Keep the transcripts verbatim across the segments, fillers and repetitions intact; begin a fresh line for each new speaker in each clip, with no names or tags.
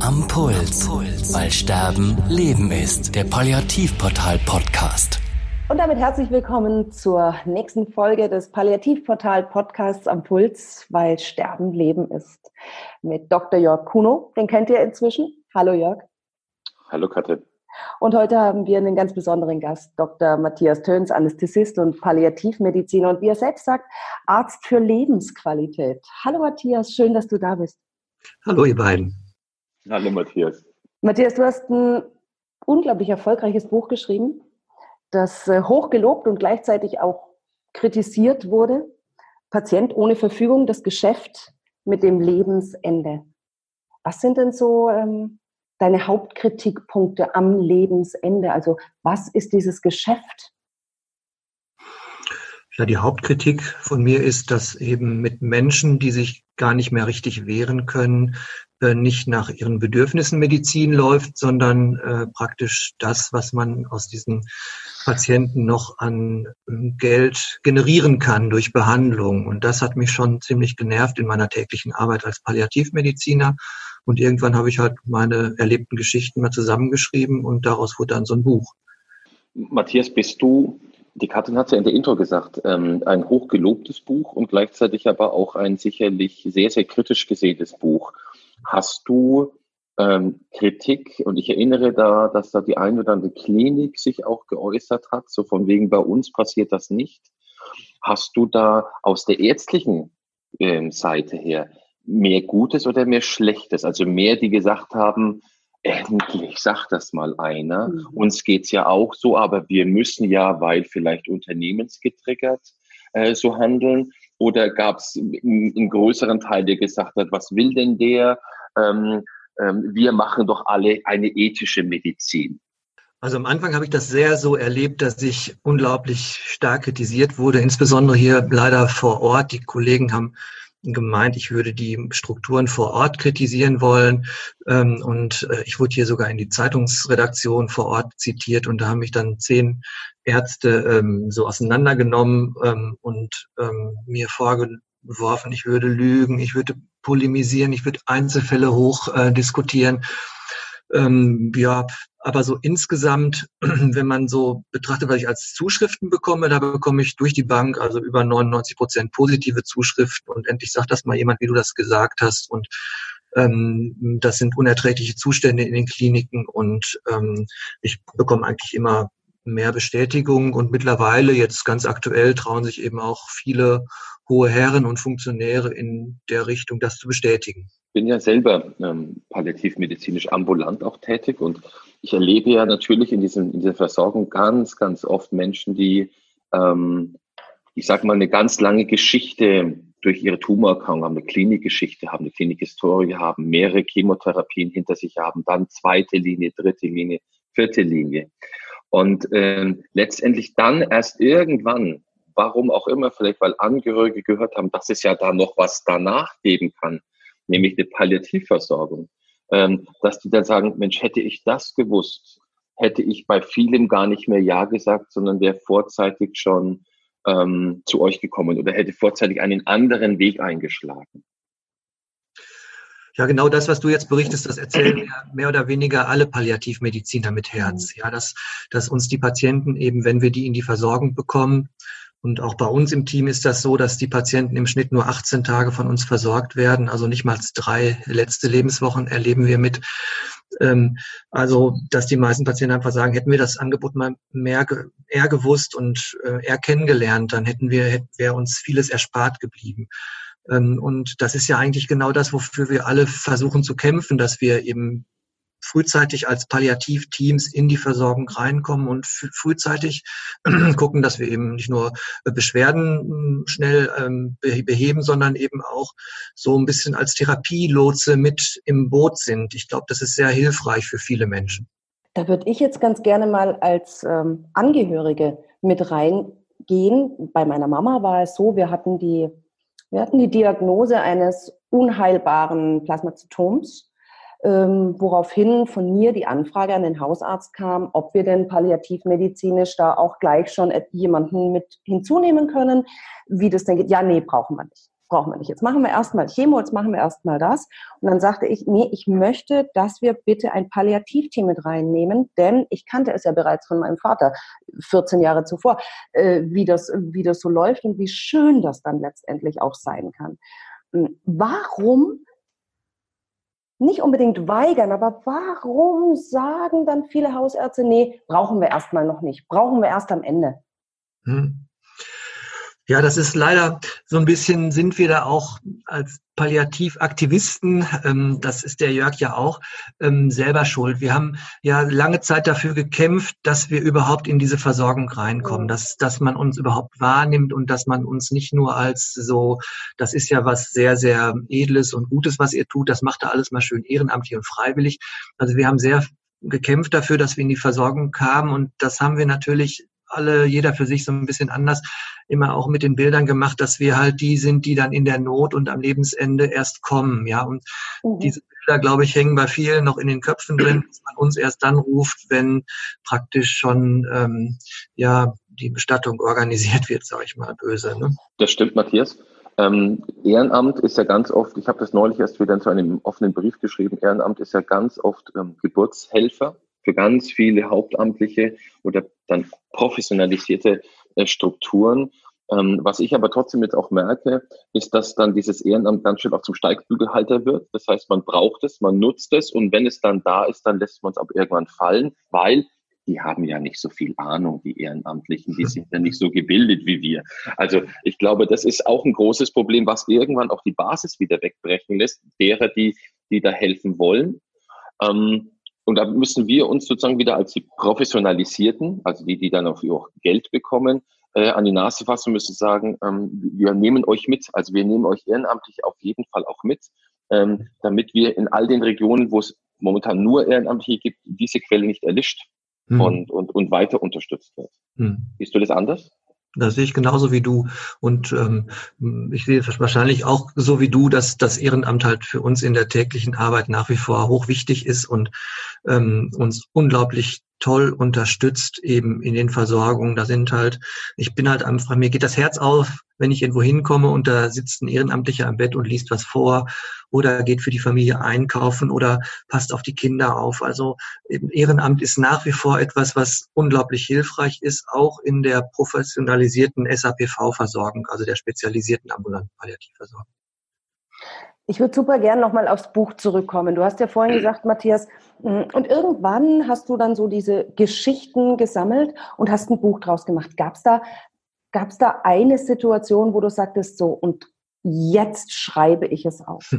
Am Puls, weil Sterben Leben ist. Der Palliativportal-Podcast.
Und damit herzlich willkommen zur nächsten Folge des Palliativportal-Podcasts Am Puls, weil Sterben Leben ist. Mit Doktor Jörg Kuno, den kennt ihr inzwischen. Hallo Jörg.
Hallo Katrin.
Und heute haben wir einen ganz besonderen Gast, Doktor Matthias Töns, Anästhesist und Palliativmediziner und wie er selbst sagt, Arzt für Lebensqualität. Hallo Matthias, schön, dass du da bist.
Hallo ihr beiden.
Hallo Matthias.
Matthias, du hast ein unglaublich erfolgreiches Buch geschrieben, das hoch gelobt und gleichzeitig auch kritisiert wurde. Patient ohne Verfügung, das Geschäft mit dem Lebensende. Was sind denn so ähm, deine Hauptkritikpunkte am Lebensende? Also was ist dieses Geschäft?
Ja, die Hauptkritik von mir ist, dass eben mit Menschen, die sich gar nicht mehr richtig wehren können, äh, nicht nach ihren Bedürfnissen Medizin läuft, sondern äh, praktisch das, was man aus diesen Patienten noch an äh, Geld generieren kann durch Behandlung. Und das hat mich schon ziemlich genervt in meiner täglichen Arbeit als Palliativmediziner. Und irgendwann habe ich halt meine erlebten Geschichten mal zusammengeschrieben und daraus wurde dann so ein Buch.
Matthias, bist du, die Katrin hat es ja in der Intro gesagt, ähm, ein hochgelobtes Buch und gleichzeitig aber auch ein sicherlich sehr, sehr kritisch gesehenes Buch. Hast du ähm, Kritik, und ich erinnere da, dass da die eine oder andere Klinik sich auch geäußert hat, so von wegen, bei uns passiert das nicht. Hast du da aus der ärztlichen ähm, Seite her mehr Gutes oder mehr Schlechtes? Also mehr, die gesagt haben, endlich sagt das mal einer. Mhm. Uns geht's ja auch so, aber wir müssen ja, weil vielleicht unternehmensgetriggert äh, so handeln. Oder gab's einen, einen größeren Teil, der gesagt hat, was will denn der? Ähm, ähm, wir machen doch alle eine ethische Medizin.
Also am Anfang habe ich das sehr so erlebt, dass ich unglaublich stark kritisiert wurde, insbesondere hier leider vor Ort. Die Kollegen haben gemeint, ich würde die Strukturen vor Ort kritisieren wollen. Und ich wurde hier sogar in die Zeitungsredaktion vor Ort zitiert und da haben mich dann zehn Ärzte so auseinandergenommen und mir vorgeworfen, ich würde lügen, ich würde polemisieren, ich würde Einzelfälle hoch diskutieren. Ähm, ja, aber so insgesamt, wenn man so betrachtet, was ich als Zuschriften bekomme, da bekomme ich durch die Bank also über neunundneunzig Prozent positive Zuschriften und endlich sagt das mal jemand, wie du das gesagt hast und ähm, das sind unerträgliche Zustände in den Kliniken und ähm, ich bekomme eigentlich immer mehr Bestätigung und mittlerweile, jetzt ganz aktuell, trauen sich eben auch viele hohe Herren und Funktionäre in der Richtung, das zu bestätigen.
Ich bin ja selber ähm, palliativmedizinisch ambulant auch tätig und ich erlebe ja natürlich in, diesem, in dieser Versorgung ganz, ganz oft Menschen, die, ähm, ich sage mal, eine ganz lange Geschichte durch ihre Tumorerkrankung haben, eine Klinikgeschichte haben, eine Klinikhistorie haben, mehrere Chemotherapien hinter sich haben, dann zweite Linie, dritte Linie, vierte Linie. Und ähm, letztendlich dann erst irgendwann, warum auch immer, vielleicht weil Angehörige gehört haben, dass es ja da noch was danach geben kann, nämlich eine Palliativversorgung, ähm, dass die dann sagen, Mensch, hätte ich das gewusst, hätte ich bei vielem gar nicht mehr Ja gesagt, sondern wäre vorzeitig schon ähm, zu euch gekommen oder hätte vorzeitig einen anderen Weg eingeschlagen.
Ja, genau das, was du jetzt berichtest, das erzählen ja mehr oder weniger alle Palliativmediziner mit Herz. Ja, dass, dass uns die Patienten eben, wenn wir die in die Versorgung bekommen, und auch bei uns im Team ist das so, dass die Patienten im Schnitt nur achtzehn Tage von uns versorgt werden. Also nicht mal drei letzte Lebenswochen erleben wir mit. Ähm, also, dass die meisten Patienten einfach sagen, hätten wir das Angebot mal mehr, eher gewusst und äh, eher kennengelernt, dann hätten wir, hätten, wäre uns vieles erspart geblieben. Ähm, und das ist ja eigentlich genau das, wofür wir alle versuchen zu kämpfen, dass wir eben frühzeitig als Palliativteams in die Versorgung reinkommen und f- frühzeitig gucken, dass wir eben nicht nur Beschwerden schnell ähm, beheben, sondern eben auch so ein bisschen als Therapielotse mit im Boot sind. Ich glaube, das ist sehr hilfreich für viele Menschen.
Da würde ich jetzt ganz gerne mal als ähm, Angehörige mit reingehen. Bei meiner Mama war es so, wir hatten die, wir hatten die Diagnose eines unheilbaren Plasmazytoms. Ähm, woraufhin von mir die Anfrage an den Hausarzt kam, ob wir denn palliativmedizinisch da auch gleich schon jemanden mit hinzunehmen können, wie das denn geht. Ja, nee, brauchen wir nicht. brauchen wir nicht. Jetzt machen wir erstmal Chemo, jetzt machen wir erstmal das. Und dann sagte ich, nee, ich möchte, dass wir bitte ein Palliativteam mit reinnehmen, denn ich kannte es ja bereits von meinem Vater vierzehn Jahre zuvor, äh, wie das, wie das so läuft und wie schön das dann letztendlich auch sein kann. Warum nicht unbedingt weigern, aber warum sagen dann viele Hausärzte, nee, brauchen wir erstmal noch nicht, brauchen wir erst am Ende?
Hm. Ja, das ist leider so ein bisschen, sind wir da auch als Palliativaktivisten, ähm, das ist der Jörg ja auch, ähm, selber schuld. Wir haben ja lange Zeit dafür gekämpft, dass wir überhaupt in diese Versorgung reinkommen, mhm. dass, dass man uns überhaupt wahrnimmt und dass man uns nicht nur als so, das ist ja was sehr, sehr Edles und Gutes, was ihr tut, das macht da alles mal schön ehrenamtlich und freiwillig. Also wir haben sehr gekämpft dafür, dass wir in die Versorgung kamen und das haben wir natürlich alle, jeder für sich so ein bisschen anders, immer auch mit den Bildern gemacht, dass wir halt die sind, die dann in der Not und am Lebensende erst kommen, ja. Und mhm. diese Bilder, glaube ich, hängen bei vielen noch in den Köpfen drin, dass man uns erst dann ruft, wenn praktisch schon, ähm, ja, die Bestattung organisiert wird, sage ich mal böse, ne?
Das stimmt, Matthias. Ähm, Ehrenamt ist ja ganz oft, ich habe das neulich erst wieder in so einem offenen Brief geschrieben, Ehrenamt ist ja ganz oft ähm, Geburtshelfer für ganz viele hauptamtliche oder dann professionalisierte äh, Strukturen. Ähm, was ich aber trotzdem jetzt auch merke, ist, dass dann dieses Ehrenamt ganz schön auch zum Steigbügelhalter wird. Das heißt, man braucht es, man nutzt es und wenn es dann da ist, dann lässt man es auch irgendwann fallen, weil die haben ja nicht so viel Ahnung, die Ehrenamtlichen, die sind ja nicht so gebildet wie wir. Also ich glaube, das ist auch ein großes Problem, was irgendwann auch die Basis wieder wegbrechen lässt, derer, die, die da helfen wollen. Ähm, Und da müssen wir uns sozusagen wieder als die Professionalisierten, also die, die dann auch Geld bekommen, äh, an die Nase fassen und müssen sagen, ähm, wir nehmen euch mit, also wir nehmen euch ehrenamtlich auf jeden Fall auch mit, ähm, damit wir in all den Regionen, wo es momentan nur Ehrenamtliche gibt, diese Quelle nicht erlischt hm. und, und, und weiter unterstützt wird. Hm. Siehst du das anders?
Das sehe ich genauso wie du. Und ähm, ich sehe es wahrscheinlich auch so wie du, dass das Ehrenamt halt für uns in der täglichen Arbeit nach wie vor hoch wichtig ist und ähm, uns unglaublich toll unterstützt eben in den Versorgungen. Da sind halt, ich bin halt einfach, mir geht das Herz auf, wenn ich irgendwo hinkomme und da sitzt ein Ehrenamtlicher am Bett und liest was vor oder geht für die Familie einkaufen oder passt auf die Kinder auf. Also eben Ehrenamt ist nach wie vor etwas, was unglaublich hilfreich ist, auch in der professionalisierten S A P V-Versorgung, also der spezialisierten ambulanten Palliativversorgung.
Ich würde super gern nochmal aufs Buch zurückkommen. Du hast ja vorhin gesagt, Matthias, und irgendwann hast du dann so diese Geschichten gesammelt und hast ein Buch draus gemacht. Gab's da, gab's da eine Situation, wo du sagtest, so, und jetzt schreibe ich es auf?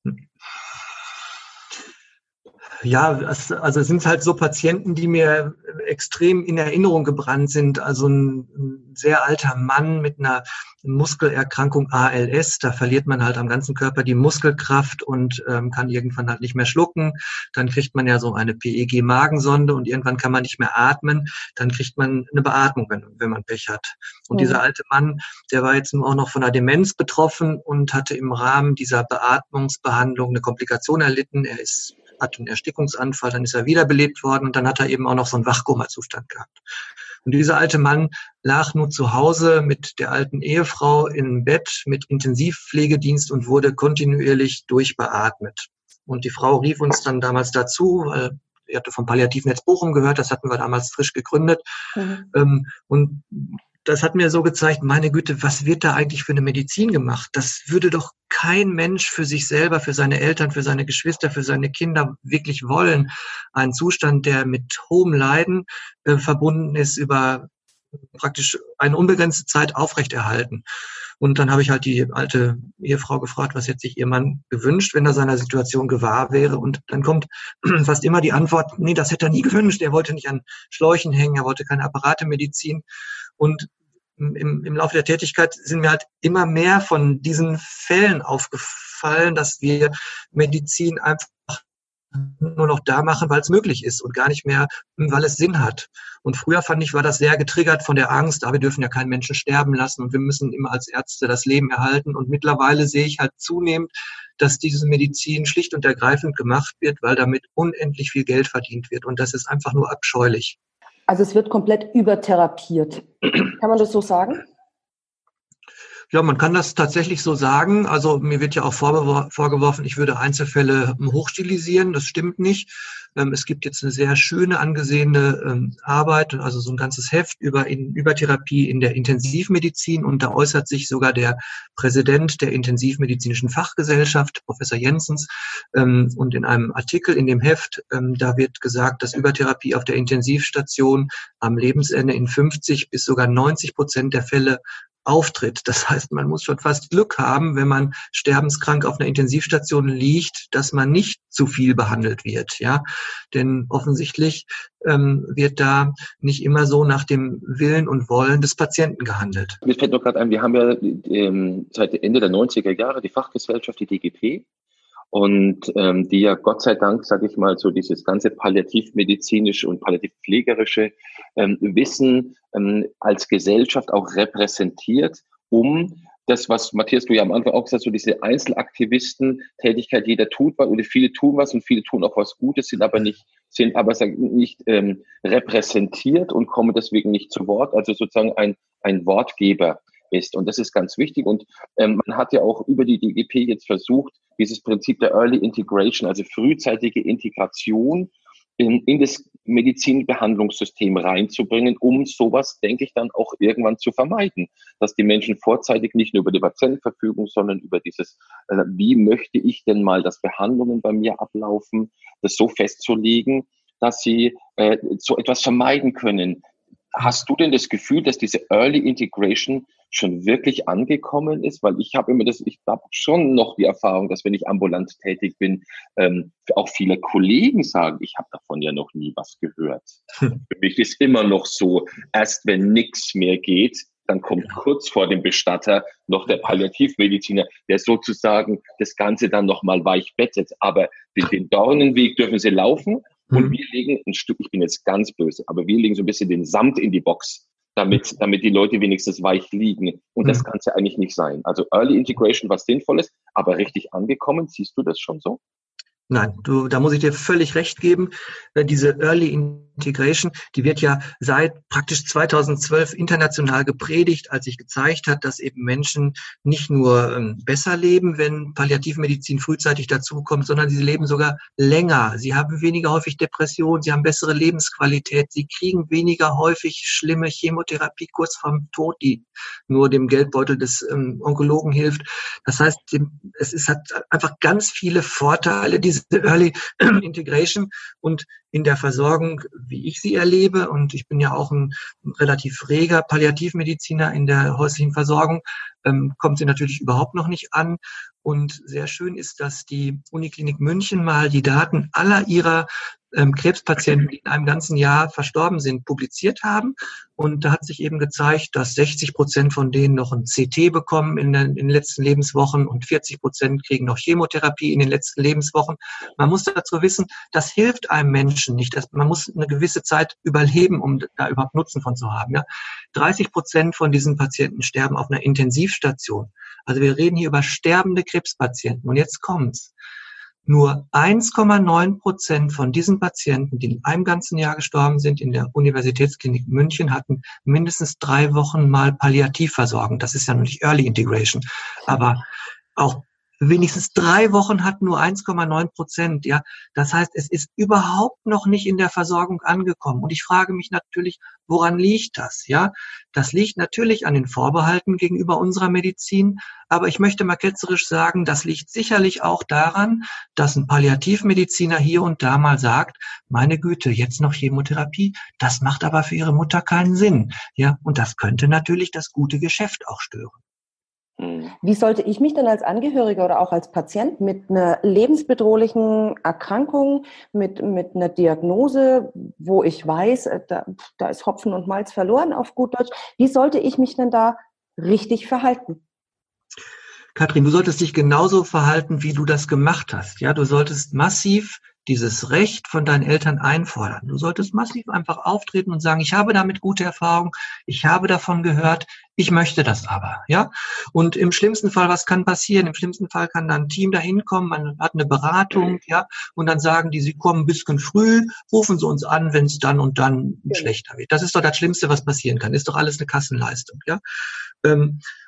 Ja, also es sind halt so Patienten, die mir extrem in Erinnerung gebrannt sind. Also ein, ein sehr alter Mann mit einer Muskelerkrankung A L S, da verliert man halt am ganzen Körper die Muskelkraft und ähm, kann irgendwann halt nicht mehr schlucken. Dann kriegt man ja so eine P E G-Magensonde und irgendwann kann man nicht mehr atmen. Dann kriegt man eine Beatmung, wenn, wenn man Pech hat. Und mhm. dieser alte Mann, der war jetzt auch noch von einer Demenz betroffen und hatte im Rahmen dieser Beatmungsbehandlung eine Komplikation erlitten. Er ist hat einen Erstickungsanfall, dann ist er wiederbelebt worden und dann hat er eben auch noch so einen Wachkoma-Zustand gehabt. Und dieser alte Mann lag nur zu Hause mit der alten Ehefrau im Bett mit Intensivpflegedienst und wurde kontinuierlich durchbeatmet. Und die Frau rief uns dann damals dazu, weil sie hatte vom Palliativnetz Bochum gehört, das hatten wir damals frisch gegründet. Mhm. Und das hat mir so gezeigt, meine Güte, was wird da eigentlich für eine Medizin gemacht? Das würde doch kein Mensch für sich selber, für seine Eltern, für seine Geschwister, für seine Kinder wirklich wollen. Ein Zustand, der mit hohem Leiden äh, verbunden ist, über praktisch eine unbegrenzte Zeit aufrechterhalten. Und dann habe ich halt die alte Ehefrau gefragt, was hätte sich ihr Mann gewünscht, wenn er seiner Situation gewahr wäre. Und dann kommt fast immer die Antwort, nee, das hätte er nie gewünscht. Er wollte nicht an Schläuchen hängen, er wollte keine Apparatemedizin. Und im, im Laufe der Tätigkeit sind mir halt immer mehr von diesen Fällen aufgefallen, dass wir Medizin einfach nur noch da machen, weil es möglich ist und gar nicht mehr, weil es Sinn hat. Und früher fand ich, war das sehr getriggert von der Angst, aber wir dürfen ja keinen Menschen sterben lassen und wir müssen immer als Ärzte das Leben erhalten. Und mittlerweile sehe ich halt zunehmend, dass diese Medizin schlicht und ergreifend gemacht wird, weil damit unendlich viel Geld verdient wird. Und das ist einfach nur abscheulich.
Also es wird komplett übertherapiert. Kann man das so sagen?
Ja, man kann das tatsächlich so sagen. Also mir wird ja auch vorgeworfen, ich würde Einzelfälle hochstilisieren. Das stimmt nicht. Es gibt jetzt eine sehr schöne, angesehene Arbeit, also so ein ganzes Heft über Übertherapie in der Intensivmedizin. Und da äußert sich sogar der Präsident der Intensivmedizinischen Fachgesellschaft, Professor Jensens. Und in einem Artikel in dem Heft, da wird gesagt, dass Übertherapie auf der Intensivstation am Lebensende in fünfzig bis sogar neunzig Prozent der Fälle auftritt. Das heißt, man muss schon fast Glück haben, wenn man sterbenskrank auf einer Intensivstation liegt, dass man nicht zu viel behandelt wird, ja. Denn offensichtlich ähm, wird da nicht immer so nach dem Willen und Wollen des Patienten gehandelt.
Mir fällt noch gerade ein, wir haben ja ähm, seit Ende der neunziger Jahre die Fachgesellschaft, die D G P, und ähm, die ja Gott sei Dank, sage ich mal, so dieses ganze palliativmedizinische und palliativpflegerische ähm, Wissen ähm, als Gesellschaft auch repräsentiert, um das, was Matthias, du ja am Anfang auch gesagt hast, so diese Einzelaktivisten-Tätigkeit, jeder tut was oder viele tun was und viele tun auch was Gutes, sind aber nicht, sind aber nicht ähm, repräsentiert und kommen deswegen nicht zu Wort, also sozusagen ein, ein Wortgeber ist. Und das ist ganz wichtig. Und ähm, man hat ja auch über die D G P jetzt versucht, dieses Prinzip der Early Integration, also frühzeitige Integration in, in das Medizinbehandlungssystem reinzubringen, um sowas, denke ich, dann auch irgendwann zu vermeiden, dass die Menschen vorzeitig nicht nur über die Patientenverfügung, sondern über dieses, äh, wie möchte ich denn mal, dass Behandlungen bei mir ablaufen, das so festzulegen, dass sie äh, so etwas vermeiden können. Hast du denn das Gefühl, dass diese Early Integration schon wirklich angekommen ist? Weil ich habe immer das, ich habe schon noch die Erfahrung, dass wenn ich ambulant tätig bin, ähm, auch viele Kollegen sagen, ich habe davon ja noch nie was gehört. Hm. Für mich ist immer noch so, erst wenn nichts mehr geht, dann kommt kurz vor dem Bestatter noch der Palliativmediziner, der sozusagen das Ganze dann nochmal weich bettet. Aber den, den Dornenweg dürfen sie laufen. Und wir legen ein Stück, ich bin jetzt ganz böse, aber wir legen so ein bisschen den Sand in die Box, damit, damit die Leute wenigstens weich liegen. Und das kann es ja eigentlich nicht sein. Also Early Integration, was sinnvoll ist, aber richtig angekommen, siehst du das schon so?
Nein, du, da muss ich dir völlig recht geben. Diese Early Integration, die wird ja seit praktisch zweitausendzwölf international gepredigt, als sich gezeigt hat, dass eben Menschen nicht nur ähm, besser leben, wenn Palliativmedizin frühzeitig dazukommt, sondern sie leben sogar länger. Sie haben weniger häufig Depressionen, sie haben bessere Lebensqualität, sie kriegen weniger häufig schlimme Chemotherapie kurz vorm Tod, die nur dem Geldbeutel des ähm, Onkologen hilft. Das heißt, es ist, hat einfach ganz viele Vorteile, diese Early Integration, und in der Versorgung, wie ich sie erlebe, und ich bin ja auch ein relativ reger Palliativmediziner in der häuslichen Versorgung, ähm, kommt sie natürlich überhaupt noch nicht an. Und sehr schön ist, dass die Uniklinik München mal die Daten aller ihrer ähm, Krebspatienten, die in einem ganzen Jahr verstorben sind, publiziert haben. Und da hat sich eben gezeigt, dass sechzig Prozent von denen noch ein C T bekommen in den, in den letzten Lebenswochen und vierzig Prozent kriegen noch Chemotherapie in den letzten Lebenswochen. Man muss dazu wissen, das hilft einem Menschen nicht. Das, man muss eine gewisse Zeit überleben, um da überhaupt Nutzen von zu haben. Ja? dreißig Prozent von diesen Patienten sterben auf einer Intensivstation. Also wir reden hier über sterbende Krebspatienten. Und jetzt kommt's. Nur eins Komma neun Prozent von diesen Patienten, die in einem ganzen Jahr gestorben sind, in der Universitätsklinik München, hatten mindestens drei Wochen mal Palliativversorgung. Das ist ja noch nicht Early Integration. Aber auch wenigstens drei Wochen hat nur eins Komma neun Prozent. Ja, das heißt, es ist überhaupt noch nicht in der Versorgung angekommen. Und ich frage mich natürlich, woran liegt das? Ja, das liegt natürlich an den Vorbehalten gegenüber unserer Medizin. Aber ich möchte mal ketzerisch sagen, das liegt sicherlich auch daran, dass ein Palliativmediziner hier und da mal sagt, meine Güte, jetzt noch Chemotherapie, das macht aber für Ihre Mutter keinen Sinn. Ja, und das könnte natürlich das gute Geschäft auch stören.
Wie sollte ich mich denn als Angehöriger oder auch als Patient mit einer lebensbedrohlichen Erkrankung, mit, mit einer Diagnose, wo ich weiß, da, da ist Hopfen und Malz verloren auf gut Deutsch, wie sollte ich mich denn da richtig verhalten?
Katrin, du solltest dich genauso verhalten, wie du das gemacht hast. Ja, du solltest massiv dieses Recht von deinen Eltern einfordern. Du solltest massiv einfach auftreten und sagen, ich habe damit gute Erfahrung, ich habe davon gehört, ich möchte das aber, ja. Und im schlimmsten Fall, was kann passieren? Im schlimmsten Fall kann dann ein Team dahin kommen, man hat eine Beratung, ja, und dann sagen die, sie kommen ein bisschen früh, rufen sie uns an, wenn es dann und dann ja. schlechter wird. Das ist doch das Schlimmste, was passieren kann. Ist doch alles eine Kassenleistung, ja. Ähm,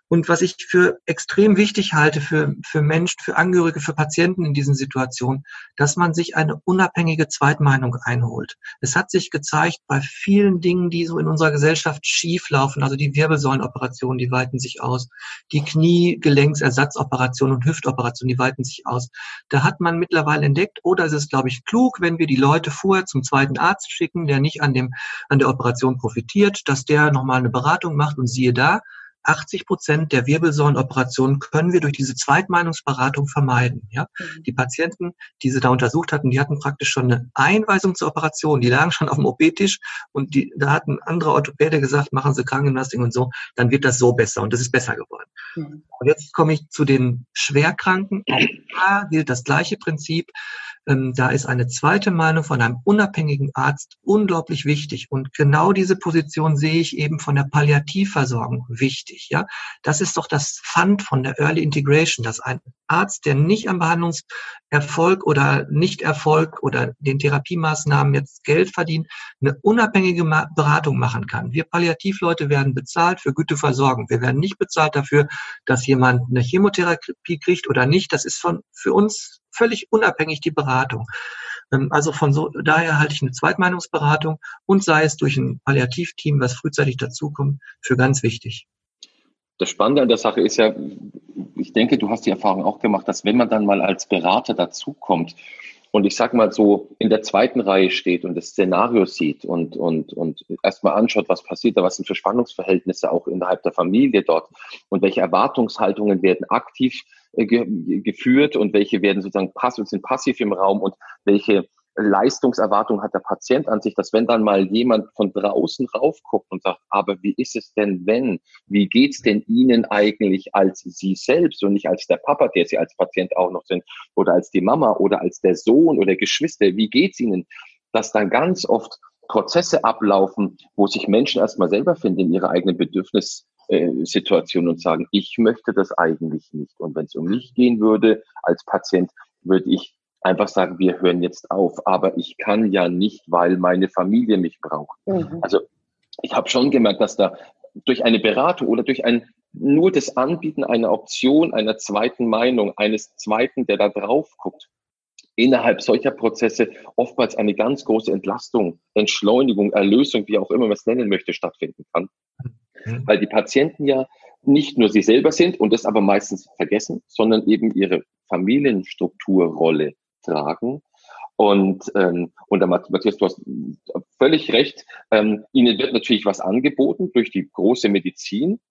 Und was ich für extrem wichtig halte für, für Menschen, für Angehörige, für Patienten in diesen Situationen, dass man sich eine unabhängige Zweitmeinung einholt. Es hat sich gezeigt, bei vielen Dingen, die so in unserer Gesellschaft schief laufen, also die Wirbelsäulenoperationen, die weiten sich aus, die Kniegelenksersatzoperationen und Hüftoperationen, die weiten sich aus. Da hat man mittlerweile entdeckt, oder es ist, glaube ich, klug, wenn wir die Leute vorher zum zweiten Arzt schicken, der nicht an dem, an der Operation profitiert, dass der nochmal eine Beratung macht, und siehe da, achtzig Prozent der Wirbelsäulenoperationen können wir durch diese Zweitmeinungsberatung vermeiden. Ja? Mhm. Die Patienten, die sie da untersucht hatten, die hatten praktisch schon eine Einweisung zur Operation. Die lagen schon auf dem O P-Tisch und die, da hat ein anderer Orthopäde gesagt, machen Sie Krankengymnastik und so, dann wird das so besser, und das ist besser geworden. Mhm. Und jetzt komme ich zu den Schwerkranken. Auch da gilt das gleiche Prinzip. Ähm, da ist eine zweite Meinung von einem unabhängigen Arzt unglaublich wichtig. Und genau diese Position sehe ich eben von der Palliativversorgung wichtig. Ja, das ist doch das Pfand von der Early Integration, dass ein Arzt, der nicht am Behandlungserfolg oder Nichterfolg oder den Therapiemaßnahmen jetzt Geld verdient, eine unabhängige Beratung machen kann. Wir Palliativleute werden bezahlt für gute Versorgung. Wir werden nicht bezahlt dafür, dass jemand eine Chemotherapie kriegt oder nicht. Das ist von für uns völlig unabhängig, die Beratung. Also von so, daher halte ich eine Zweitmeinungsberatung, und sei es durch ein Palliativteam, was frühzeitig dazukommt, für ganz wichtig.
Das Spannende an der Sache ist ja, ich denke, du hast die Erfahrung auch gemacht, dass wenn man dann mal als Berater dazukommt und ich sag mal so in der zweiten Reihe steht und das Szenario sieht und, und, und erstmal anschaut, was passiert da, was sind für Spannungsverhältnisse auch innerhalb der Familie dort und welche Erwartungshaltungen werden aktiv äh, ge- geführt und welche werden sozusagen passiv, sind passiv im Raum und welche Leistungserwartung hat der Patient an sich, dass wenn dann mal jemand von draußen raufguckt und sagt, aber wie ist es denn, wenn? Wie geht's denn Ihnen eigentlich als Sie selbst und nicht als der Papa, der Sie als Patient auch noch sind, oder als die Mama oder als der Sohn oder Geschwister? Wie geht's Ihnen? Dass dann ganz oft Prozesse ablaufen, wo sich Menschen erstmal selber finden in ihrer eigenen Bedürfnissituation und sagen, ich möchte das eigentlich nicht. Und wenn es um mich gehen würde als Patient, würde ich einfach sagen, wir hören jetzt auf, aber ich kann ja nicht, weil meine Familie mich braucht. Mhm. Also ich habe schon gemerkt, dass da durch eine Beratung oder durch ein nur das Anbieten einer Option, einer zweiten Meinung, eines Zweiten, der da drauf guckt, innerhalb solcher Prozesse oftmals eine ganz große Entlastung, Entschleunigung, Erlösung, wie auch immer man es nennen möchte, stattfinden kann. Mhm. Weil die Patienten ja nicht nur sie selber sind und das aber meistens vergessen, sondern eben ihre Familienstrukturrolle tragen. Und, ähm, und der Matthias, du hast völlig recht, ähm, ihnen wird natürlich was angeboten durch die große Medizin,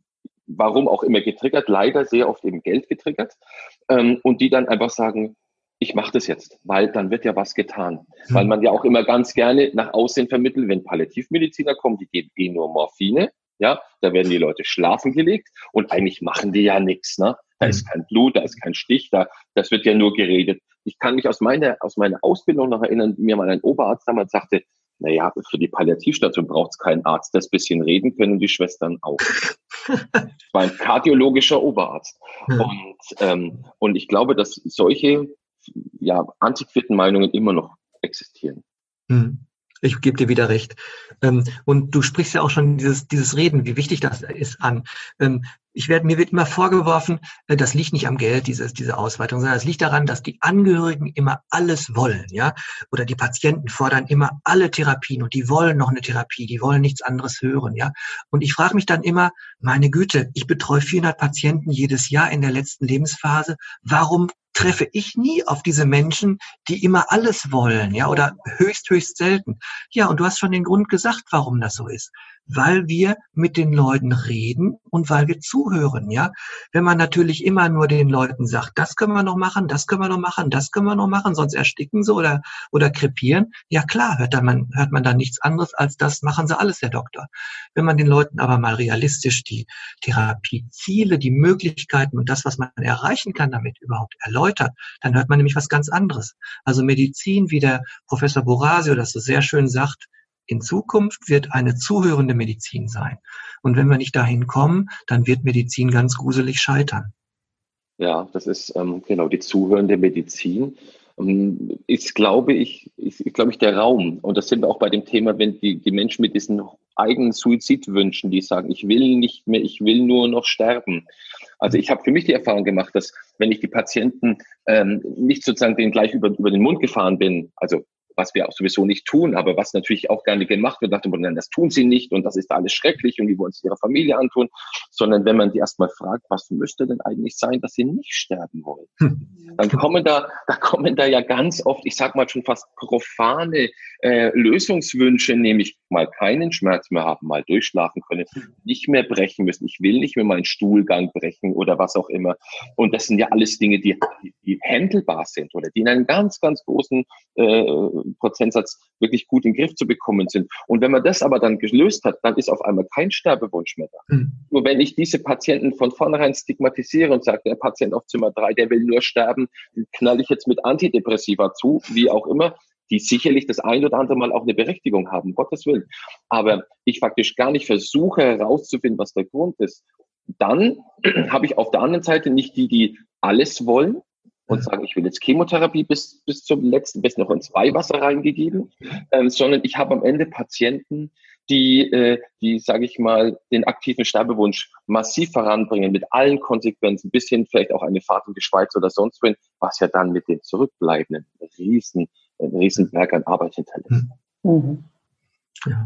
warum auch immer getriggert, leider sehr oft eben Geld getriggert, ähm, und die dann einfach sagen, ich mache das jetzt, weil dann wird ja was getan. Mhm. Weil man ja auch immer ganz gerne nach außen vermittelt, wenn Palliativmediziner kommen, die geben eh nur Morphine, ja, da werden die Leute schlafen gelegt und eigentlich machen die ja nichts, ne? Da ist kein Blut, da ist kein Stich, da, das wird ja nur geredet. Ich kann mich aus meiner, aus meiner Ausbildung noch erinnern, mir mal ein Oberarzt damals sagte, naja, für die Palliativstation braucht es keinen Arzt, das bisschen reden können die Schwestern auch. Das war ein kardiologischer Oberarzt. Hm. Und, ähm, und ich glaube, dass solche, ja, antiquierten Meinungen immer noch existieren.
Hm. Ich gebe dir wieder recht. Und du sprichst ja auch schon dieses, dieses Reden, wie wichtig das ist, an. Ich werde, mir wird immer vorgeworfen, das liegt nicht am Geld, dieses, diese Ausweitung, sondern es liegt daran, dass die Angehörigen immer alles wollen, ja. Oder die Patienten fordern immer alle Therapien und die wollen noch eine Therapie, die wollen nichts anderes hören, ja. Und ich frage mich dann immer, meine Güte, ich betreue vierhundert Patienten jedes Jahr in der letzten Lebensphase. Warum treffe ich nie auf diese Menschen, die immer alles wollen, ja, oder höchst, höchst selten. Ja, und du hast schon den Grund gesagt, warum das so ist. Weil wir mit den Leuten reden und weil wir zuhören, ja. Wenn man natürlich immer nur den Leuten sagt, das können wir noch machen, das können wir noch machen, das können wir noch machen, sonst ersticken sie oder, oder krepieren, ja klar, hört dann man, hört man dann nichts anderes als das machen sie alles, Herr Doktor. Wenn man den Leuten aber mal realistisch die Therapieziele, die Möglichkeiten und das, was man erreichen kann damit überhaupt erläutert, dann hört man nämlich was ganz anderes. Also Medizin, wie der Professor Borasio das so sehr schön sagt, in Zukunft wird eine zuhörende Medizin sein. Und wenn wir nicht dahin kommen, dann wird Medizin ganz gruselig scheitern.
Ja, das ist ähm, genau die zuhörende Medizin. Ähm, ist, glaube ich, ist, ist, glaube ich, der Raum. Und das sind wir auch bei dem Thema, wenn die, die Menschen mit diesen eigenen Suizidwünschen, die sagen, ich will nicht mehr, ich will nur noch sterben. Also ich habe für mich die Erfahrung gemacht, dass wenn ich die Patienten ähm, nicht sozusagen denen gleich über, über den Mund gefahren bin, also was wir auch sowieso nicht tun, aber was natürlich auch gerne gemacht wird, nach dem Motto, das tun sie nicht und das ist alles schrecklich und die wollen es ihrer Familie antun, sondern wenn man die erstmal fragt, was müsste denn eigentlich sein, dass sie nicht sterben wollen, dann kommen da, da kommen da ja ganz oft, ich sag mal schon fast profane äh, Lösungswünsche, nämlich mal keinen Schmerz mehr haben, mal durchschlafen können, nicht mehr brechen müssen, ich will nicht mehr meinen Stuhlgang brechen oder was auch immer. Und das sind ja alles Dinge, die, die, die handelbar sind oder die in einem ganz, ganz großen äh, Prozentsatz wirklich gut in den Griff zu bekommen sind. Und wenn man das aber dann gelöst hat, dann ist auf einmal kein Sterbewunsch mehr da. Mhm. Nur wenn ich diese Patienten von vornherein stigmatisiere und sage, der Patient auf Zimmer drei, der will nur sterben, den knall ich jetzt mit Antidepressiva zu, wie auch immer, die sicherlich das ein oder andere Mal auch eine Berechtigung haben, um Gottes Willen. Aber ich faktisch gar nicht versuche herauszufinden, was der Grund ist. Dann habe ich auf der anderen Seite nicht die, die alles wollen und sagen, ich will jetzt Chemotherapie bis, bis zum letzten, bis noch ins Weihwasser reingegeben, ähm, sondern ich habe am Ende Patienten, die, äh, die, sage ich mal, den aktiven Sterbewunsch massiv voranbringen, mit allen Konsequenzen, bis hin vielleicht auch eine Fahrt in die Schweiz oder sonst wohin, was ja dann mit den zurückbleibenden riesen, äh, Riesenberg an Arbeit hinterlässt.
Mhm.
Ja.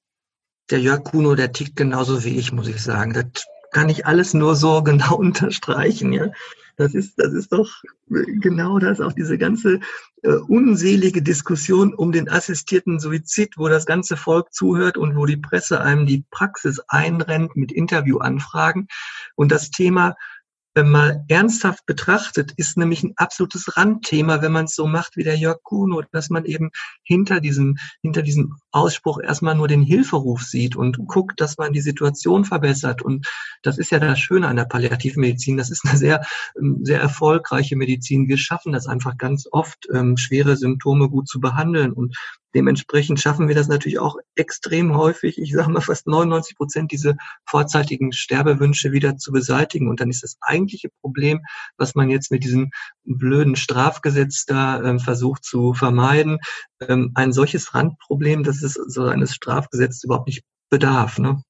Der Jörg Kuno, der tickt genauso wie ich, muss ich sagen. Das kann ich alles nur so genau unterstreichen, ja. Das ist, das ist doch genau das, auch diese ganze äh, unselige Diskussion um den assistierten Suizid, wo das ganze Volk zuhört und wo die Presse einem die Praxis einrennt mit Interviewanfragen. Und das Thema, wenn man ernsthaft betrachtet, ist nämlich ein absolutes Randthema, wenn man es so macht wie der Jörg Kuno, dass man eben hinter diesem, hinter diesem Ausspruch erstmal nur den Hilferuf sieht und guckt, dass man die Situation verbessert. Und das ist ja das Schöne an der Palliativmedizin. Das ist eine sehr, sehr erfolgreiche Medizin. Wir schaffen das einfach ganz oft, ähm, schwere Symptome gut zu behandeln. Und dementsprechend schaffen wir das natürlich auch extrem häufig, ich sage mal fast neunundneunzig Prozent, diese vorzeitigen Sterbewünsche wieder zu beseitigen. Und dann ist das eigentliche Problem, was man jetzt mit diesem blöden Strafgesetz da ähm, versucht zu vermeiden, ähm, ein solches Randproblem, dass es so eines Strafgesetzes überhaupt nicht bedarf, ne?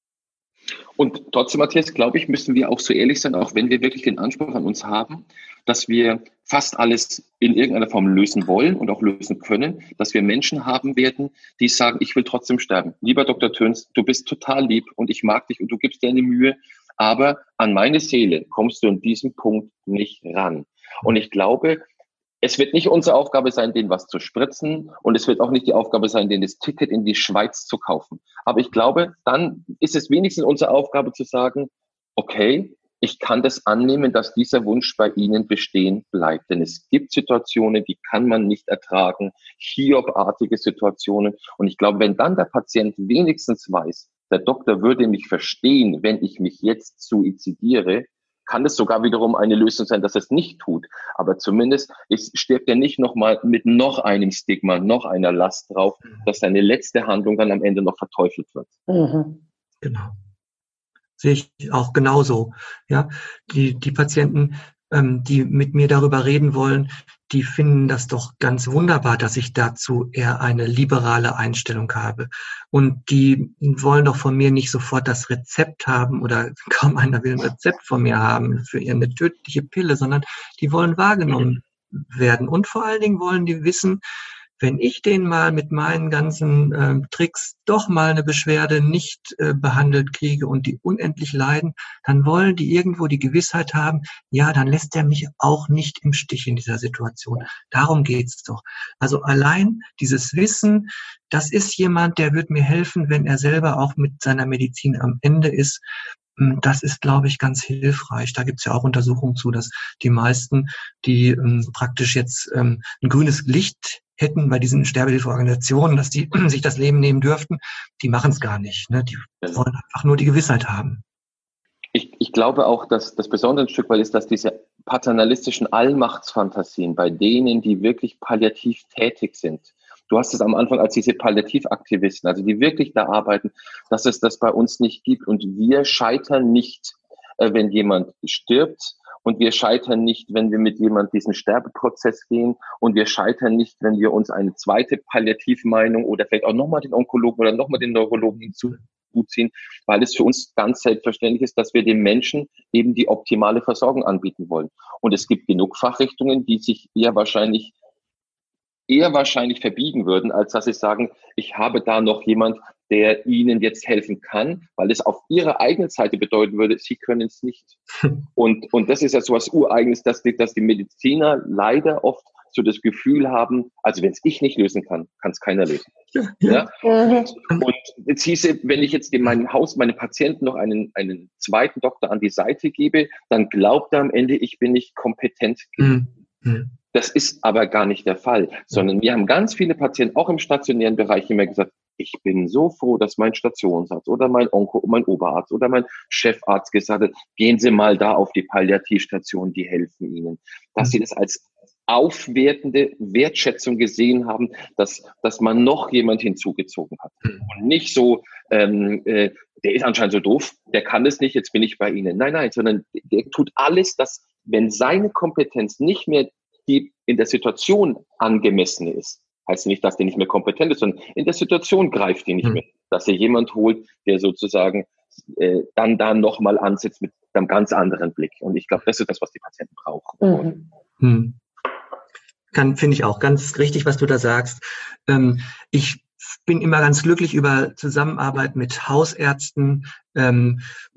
Und trotzdem, Matthias, glaube ich, müssen wir auch so ehrlich sein, auch wenn wir wirklich den Anspruch an uns haben, dass wir fast alles in irgendeiner Form lösen wollen und auch lösen können, dass wir Menschen haben werden, die sagen, ich will trotzdem sterben. Lieber Doktor Töns, du bist total lieb und ich mag dich und du gibst dir eine Mühe, aber an meine Seele kommst du an diesem Punkt nicht ran. Und ich glaube, es wird nicht unsere Aufgabe sein, denen was zu spritzen und es wird auch nicht die Aufgabe sein, denen das Ticket in die Schweiz zu kaufen. Aber ich glaube, dann ist es wenigstens unsere Aufgabe zu sagen, okay, ich kann das annehmen, dass dieser Wunsch bei Ihnen bestehen bleibt. Denn es gibt Situationen, die kann man nicht ertragen, Hiob-artige Situationen. Und ich glaube, wenn dann der Patient wenigstens weiß, der Doktor würde mich verstehen, wenn ich mich jetzt suizidiere, kann es sogar wiederum eine Lösung sein, dass er es nicht tut. Aber zumindest ist, stirbt er nicht nochmal mit noch einem Stigma, noch einer Last drauf, dass seine letzte Handlung dann am Ende noch verteufelt wird.
Mhm. Genau. Sehe ich auch genauso. Ja, die, die Patienten, ähm, die mit mir darüber reden wollen, die finden das doch ganz wunderbar, dass ich dazu eher eine liberale Einstellung habe. Und die wollen doch von mir nicht sofort das Rezept haben oder kaum einer will ein Rezept von mir haben für eine tödliche Pille, sondern die wollen wahrgenommen werden. Und vor allen Dingen wollen die wissen, wenn ich den mal mit meinen ganzen äh, Tricks doch mal eine Beschwerde nicht äh, behandelt kriege und die unendlich leiden, dann wollen die irgendwo die Gewissheit haben, ja, dann lässt er mich auch nicht im Stich in dieser Situation. Darum geht's doch. Also allein dieses Wissen, das ist jemand, der wird mir helfen, wenn er selber auch mit seiner Medizin am Ende ist. Das ist, glaube ich, ganz hilfreich. Da gibt's ja auch Untersuchungen zu, dass die meisten, die ähm, praktisch jetzt ähm, ein grünes Licht hätten bei diesen Sterbehilfeorganisationen, dass die sich das Leben nehmen dürften, die machen es gar nicht. Ne? Die wollen einfach nur die Gewissheit haben.
Ich, ich glaube auch, dass das Besondere ein Stück weit ist, dass diese paternalistischen Allmachtsfantasien bei denen, die wirklich palliativ tätig sind, du hast es am Anfang als diese Palliativaktivisten, also die wirklich da arbeiten, dass es das bei uns nicht gibt. Und wir scheitern nicht, wenn jemand stirbt Und wir scheitern nicht, wenn wir mit jemandem diesen Sterbeprozess gehen. Und wir scheitern nicht, wenn wir uns eine zweite Palliativmeinung oder vielleicht auch nochmal den Onkologen oder nochmal den Neurologen hinzuziehen, weil es für uns ganz selbstverständlich ist, dass wir dem Menschen eben die optimale Versorgung anbieten wollen. Und es gibt genug Fachrichtungen, die sich eher wahrscheinlich eher wahrscheinlich verbiegen würden, als dass sie sagen, ich habe da noch jemand, der Ihnen jetzt helfen kann, weil es auf Ihrer eigenen Seite bedeuten würde, Sie können es nicht. Und, und das ist ja so was Ureigenes, dass die, dass die Mediziner leider oft so das Gefühl haben, also wenn es ich nicht lösen kann, kann es keiner lösen. Ja, ja. Und, und jetzt hieße, wenn ich jetzt in meinem Haus meinem Patienten noch einen, einen zweiten Doktor an die Seite gebe, dann glaubt er am Ende, ich bin nicht kompetent genug. Mhm. Das ist aber gar nicht der Fall, sondern wir haben ganz viele Patienten, auch im stationären Bereich, immer gesagt, ich bin so froh, dass mein Stationsarzt oder mein Onko, mein Oberarzt oder mein Chefarzt gesagt hat, gehen Sie mal da auf die Palliativstation, die helfen Ihnen. Dass Sie das als aufwertende Wertschätzung gesehen haben, dass, dass man noch jemand hinzugezogen hat. Und nicht so, ähm, äh, der ist anscheinend so doof, der kann es nicht, jetzt bin ich bei Ihnen. Nein, nein, sondern der tut alles, dass, wenn seine Kompetenz nicht mehr die in der Situation angemessene ist, heißt nicht, dass der nicht mehr kompetent ist, sondern in der Situation greift die nicht
Mhm.
mehr. Dass er jemand holt, der sozusagen äh, dann da nochmal ansetzt mit einem ganz anderen Blick. Und ich glaube, das ist das, was die Patienten brauchen.
Mhm.
Hm. Kann, finde ich auch ganz richtig, was du da sagst. Ähm, ich bin immer ganz glücklich über Zusammenarbeit mit Hausärzten, ähm,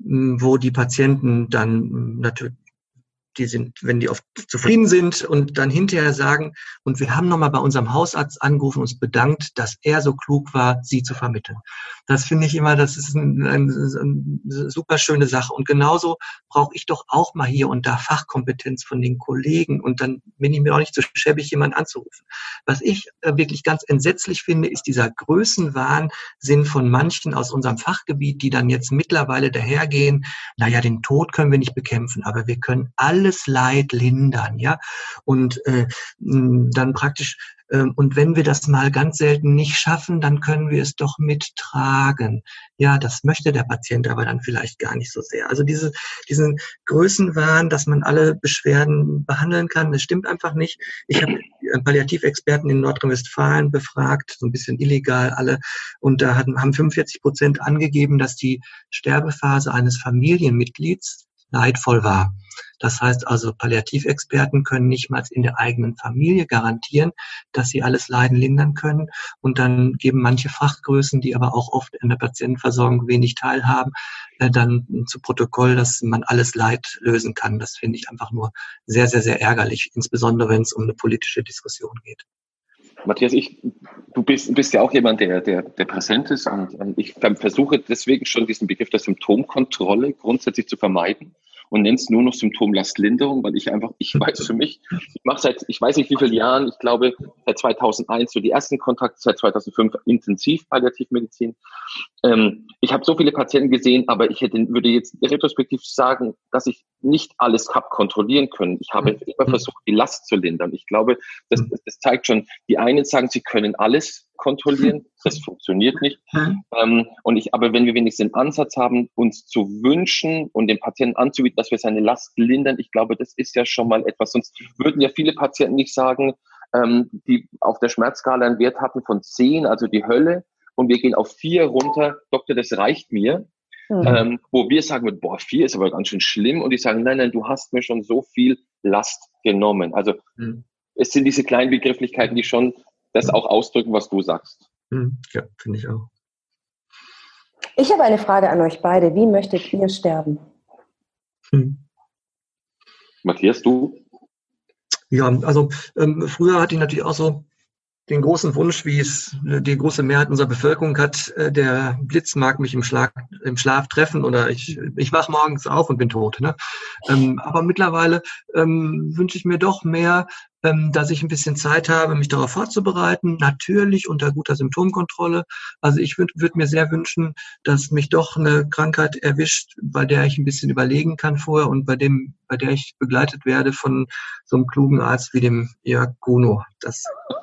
wo die Patienten dann natürlich, die sind, wenn die oft zufrieden sind und dann hinterher sagen, und wir haben nochmal bei unserem Hausarzt angerufen und uns bedankt, dass er so klug war, sie zu vermitteln. Das finde ich immer, das ist ein, ein, eine super schöne Sache. Und genauso brauche ich doch auch mal hier und da Fachkompetenz von den Kollegen. Und dann bin ich mir auch nicht so schäbig, jemanden anzurufen. Was ich wirklich ganz entsetzlich finde, ist dieser Größenwahnsinn von manchen aus unserem Fachgebiet, die dann jetzt mittlerweile dahergehen, naja, den Tod können wir nicht bekämpfen, aber wir können alle alles Leid lindern, ja, und äh, dann praktisch, äh, und wenn wir das mal ganz selten nicht schaffen, dann können wir es doch mittragen. Ja, das möchte der Patient aber dann vielleicht gar nicht so sehr. Also diese, diesen Größenwahn, dass man alle Beschwerden behandeln kann, das stimmt einfach nicht. Ich habe Palliativexperten in Nordrhein-Westfalen befragt, so ein bisschen illegal alle, und da hatten, haben fünfundvierzig Prozent angegeben, dass die Sterbephase eines Familienmitglieds leidvoll war. Das heißt also, Palliativexperten können nicht mal in der eigenen Familie garantieren, dass sie alles Leiden lindern können. Und dann geben manche Fachgrößen, die aber auch oft in der Patientenversorgung wenig teilhaben, äh, dann zu Protokoll, dass man alles Leid lösen kann. Das finde ich einfach nur sehr, sehr, sehr ärgerlich, insbesondere wenn es um eine politische Diskussion geht.
Matthias, ich, du bist, bist ja auch jemand, der, der, der präsent ist, und ähm, ich versuche deswegen schon diesen Begriff der Symptomkontrolle grundsätzlich zu vermeiden und nenne es nur noch Symptomlastlinderung, weil ich einfach, ich weiß für mich, ich mache seit, ich weiß nicht wie viele Jahren, ich glaube seit zweitausendeins so die ersten Kontakte, seit zweitausendfünf intensiv Palliativmedizin. Ähm, ich habe so viele Patienten gesehen, aber ich hätte, würde jetzt retrospektiv sagen, dass ich nicht alles habe kontrollieren können. Ich habe immer versucht, die Last zu lindern. Ich glaube, das, das zeigt schon, die einen sagen, sie können alles kontrollieren, das funktioniert nicht. Ähm, und ich, aber wenn wir wenigstens den Ansatz haben, uns zu wünschen und dem Patienten anzubieten, dass wir seine Last lindern, ich glaube, das ist ja schon mal etwas. Sonst würden ja viele Patienten nicht sagen, ähm, die auf der Schmerzskala einen Wert hatten von zehn, also die Hölle, und wir gehen auf vier runter, Doktor, das reicht mir. Mhm. Ähm, wo wir sagen, boah, vier ist aber ganz schön schlimm, und die sagen, nein, nein, du hast mir schon so viel Last genommen. Also mhm. es sind diese kleinen Begrifflichkeiten, die schon das auch ausdrücken, was du sagst.
Ja, finde ich auch.
Ich habe eine Frage an euch beide. Wie möchtet ihr sterben?
Hm. Matthias, du?
Ja, also ähm, früher hatte ich natürlich auch so den großen Wunsch, wie es die große Mehrheit unserer Bevölkerung hat, äh, der Blitz mag mich im Schlaf, im Schlaf treffen, oder ich, ich wach morgens auf und bin tot. Ne? Ähm, aber mittlerweile ähm, wünsche ich mir doch mehr, ähm, dass ich ein bisschen Zeit habe, mich darauf vorzubereiten, natürlich unter guter Symptomkontrolle. Also ich würde würd mir sehr wünschen, dass mich doch eine Krankheit erwischt, bei der ich ein bisschen überlegen kann vorher und bei dem, bei der ich begleitet werde von so einem klugen Arzt wie dem Jörg Kuno. Das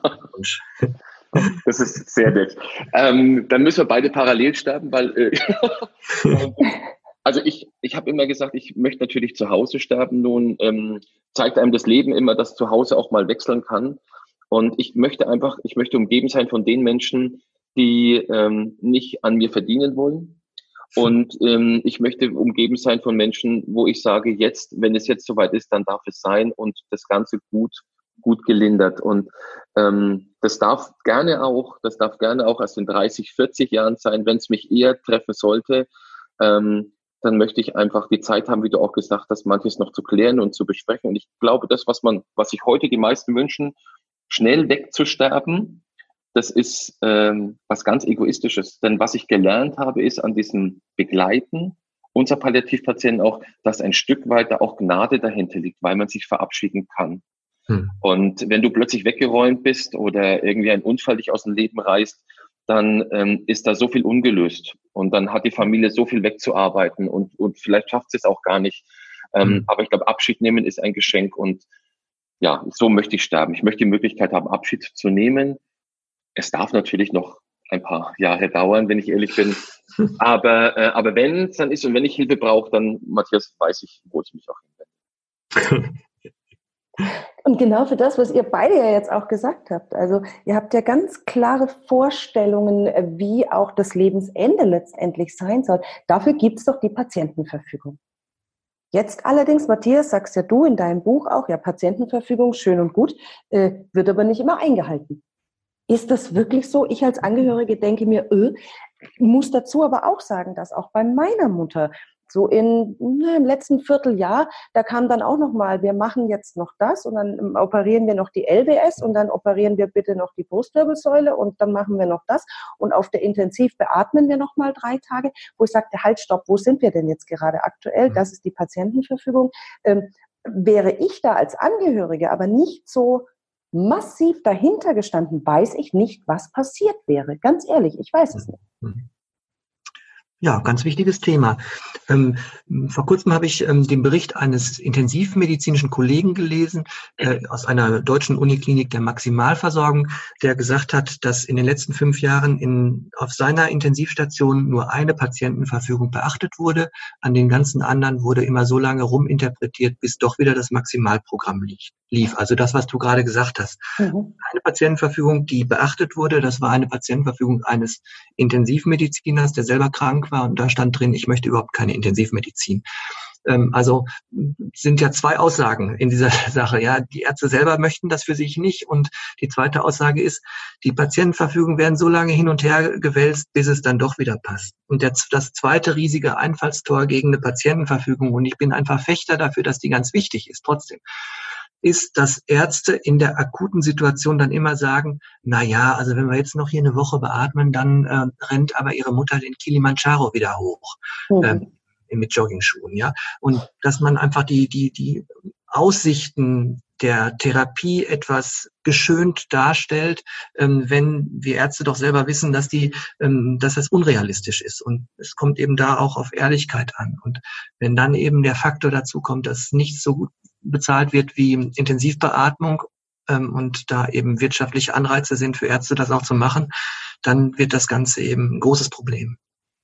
Das ist sehr nett. Ähm, dann müssen wir beide parallel sterben, weil äh, also ich, ich habe immer gesagt, ich möchte natürlich zu Hause sterben. Nun ähm, zeigt einem das Leben immer, dass zu Hause auch mal wechseln kann. Und ich möchte einfach, ich möchte umgeben sein von den Menschen, die ähm, nicht an mir verdienen wollen. Und ähm, ich möchte umgeben sein von Menschen, wo ich sage, jetzt, wenn es jetzt soweit ist, dann darf es sein und das Ganze gut, gut gelindert. Und ähm, das darf gerne auch, das darf gerne auch erst in dreißig, vierzig Jahren sein, wenn es mich eher treffen sollte. Ähm, dann möchte ich einfach die Zeit haben, wie du auch gesagt hast, manches noch zu klären und zu besprechen. Und ich glaube, das, was man, was sich heute die meisten wünschen, schnell wegzusterben, das ist ähm, was ganz Egoistisches. Denn was ich gelernt habe, ist an diesem Begleiten unserer Palliativpatienten auch, dass ein Stück weiter auch Gnade dahinter liegt, weil man sich verabschieden kann. Hm. Und wenn du plötzlich weggeräumt bist oder irgendwie ein Unfall dich aus dem Leben reißt, dann ähm, ist da so viel ungelöst. Und dann hat die Familie so viel wegzuarbeiten und, und vielleicht schafft sie es auch gar nicht. Ähm, hm. Aber ich glaube, Abschied nehmen ist ein Geschenk und ja, so möchte ich sterben. Ich möchte die Möglichkeit haben, Abschied zu nehmen. Es darf natürlich noch ein paar Jahre dauern, wenn ich ehrlich bin. Aber, äh, aber wenn es dann ist und wenn ich Hilfe brauche, dann, Matthias, weiß ich, wo ich mich auch hinwende.
Und genau für das, was ihr beide ja jetzt auch gesagt habt. Also ihr habt ja ganz klare Vorstellungen, wie auch das Lebensende letztendlich sein soll. Dafür gibt es doch die Patientenverfügung. Jetzt allerdings, Matthias, sagst ja du in deinem Buch auch, ja, Patientenverfügung, schön und gut, äh, wird aber nicht immer eingehalten. Ist das wirklich so? Ich als Angehörige denke mir, äh, muss dazu aber auch sagen, dass auch bei meiner Mutter so in, na, im letzten Vierteljahr, da kam dann auch noch mal, wir machen jetzt noch das und dann operieren wir noch die L B S und dann operieren wir bitte noch die Brustwirbelsäule und dann machen wir noch das und auf der Intensiv beatmen wir noch mal drei Tage, wo ich sagte, halt, stopp, wo sind wir denn jetzt gerade aktuell? Das ist die Patientenverfügung. Ähm, wäre ich da als Angehörige aber nicht so massiv dahinter gestanden, weiß ich nicht, was passiert wäre. Ganz ehrlich, ich weiß es nicht.
Ja, ganz wichtiges Thema. Ähm, vor kurzem habe ich ähm, den Bericht eines intensivmedizinischen Kollegen gelesen, äh, aus einer deutschen Uniklinik der Maximalversorgung, der gesagt hat, dass in den letzten fünf Jahren in, auf seiner Intensivstation nur eine Patientenverfügung beachtet wurde. An den ganzen anderen wurde immer so lange ruminterpretiert, bis doch wieder das Maximalprogramm lief. Also das, was du gerade gesagt hast. Mhm. Eine Patientenverfügung, die beachtet wurde, das war eine Patientenverfügung eines Intensivmediziners, der selber krank war, und da stand drin, ich möchte überhaupt keine Intensivmedizin. Ähm, also sind ja zwei Aussagen in dieser Sache. Ja, die Ärzte selber möchten das für sich nicht, und die zweite Aussage ist, die Patientenverfügungen werden so lange hin und her gewälzt, bis es dann doch wieder passt. Und der, das zweite riesige Einfallstor gegen eine Patientenverfügung, und ich bin ein Verfechter dafür, dass die ganz wichtig ist, trotzdem, ist, dass Ärzte in der akuten Situation dann immer sagen, na ja, also wenn wir jetzt noch hier eine Woche beatmen, dann äh, rennt aber ihre Mutter den Kilimanjaro wieder hoch, mhm. ähm, mit Joggingschuhen, ja. Und dass man einfach die, die, die Aussichten der Therapie etwas geschönt darstellt, ähm, wenn wir Ärzte doch selber wissen, dass die, ähm, dass das unrealistisch ist. Und es kommt eben da auch auf Ehrlichkeit an. Und wenn dann eben der Faktor dazu kommt, dass nicht so gut bezahlt wird wie Intensivbeatmung ähm, und da eben wirtschaftliche Anreize sind für Ärzte, das auch zu machen, dann wird das Ganze eben ein großes Problem.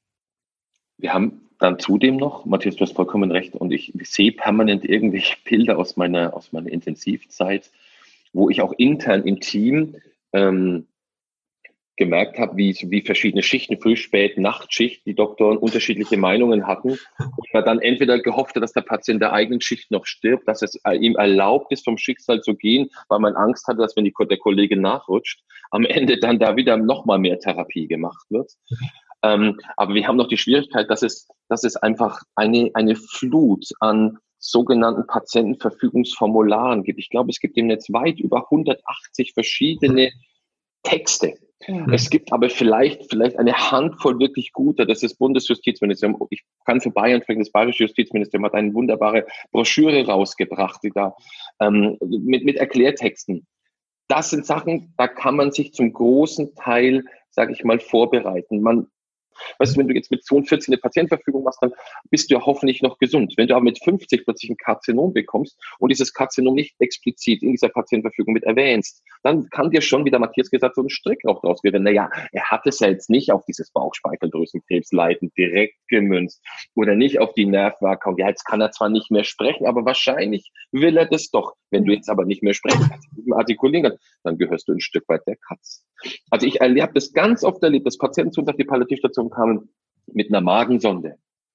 Wir haben dann zudem noch, Matthias, du hast vollkommen recht, und ich, ich sehe permanent irgendwelche Bilder aus meiner, aus meiner Intensivzeit, wo ich auch intern im Team ähm, gemerkt habe, wie, wie verschiedene Schichten, Früh-, Spät-, Nachtschicht, die Doktoren unterschiedliche Meinungen hatten. Und man dann entweder gehofft hat, dass der Patient der eigenen Schicht noch stirbt, dass es ihm erlaubt ist, vom Schicksal zu gehen, weil man Angst hatte, dass wenn die, der Kollege nachrutscht, am Ende dann da wieder noch mal mehr Therapie gemacht wird. Ähm, aber wir haben noch die Schwierigkeit, dass es, dass es einfach eine, eine Flut an sogenannten Patientenverfügungsformularen gibt. Ich glaube, es gibt im Netz weit über hundertachtzig verschiedene Texte. Mhm. Es gibt aber vielleicht, vielleicht eine Handvoll wirklich guter. Das ist das Bundesjustizministerium. Ich kann für Bayern sprechen, das Bayerische Justizministerium hat eine wunderbare Broschüre rausgebracht, die da ähm, mit, mit Erklärtexten. Das sind Sachen, da kann man sich zum großen Teil, sage ich mal, vorbereiten. Man Weißt du, wenn du jetzt mit zweiundvierzig eine Patientenverfügung machst, dann bist du ja hoffentlich noch gesund. Wenn du aber mit fünfzig plötzlich ein Karzinom bekommst und dieses Karzinom nicht explizit in dieser Patientenverfügung mit erwähnst, dann kann dir schon, wie der Matthias gesagt hat, so ein Strick auch draus werden. Naja, er hat es ja jetzt nicht auf dieses Bauchspeicheldrüsenkrebsleiden direkt gemünzt oder nicht auf die Nervenwirkung. Ja, jetzt kann er zwar nicht mehr sprechen, aber wahrscheinlich will er das doch. Wenn du jetzt aber nicht mehr sprechen kannst, nicht mehr artikulieren kannst, dann gehörst du ein Stück weit der Katz. Also ich habe das ganz oft erlebt, dass Patienten zu uns auf die Palliativstation kamen mit einer Magensonde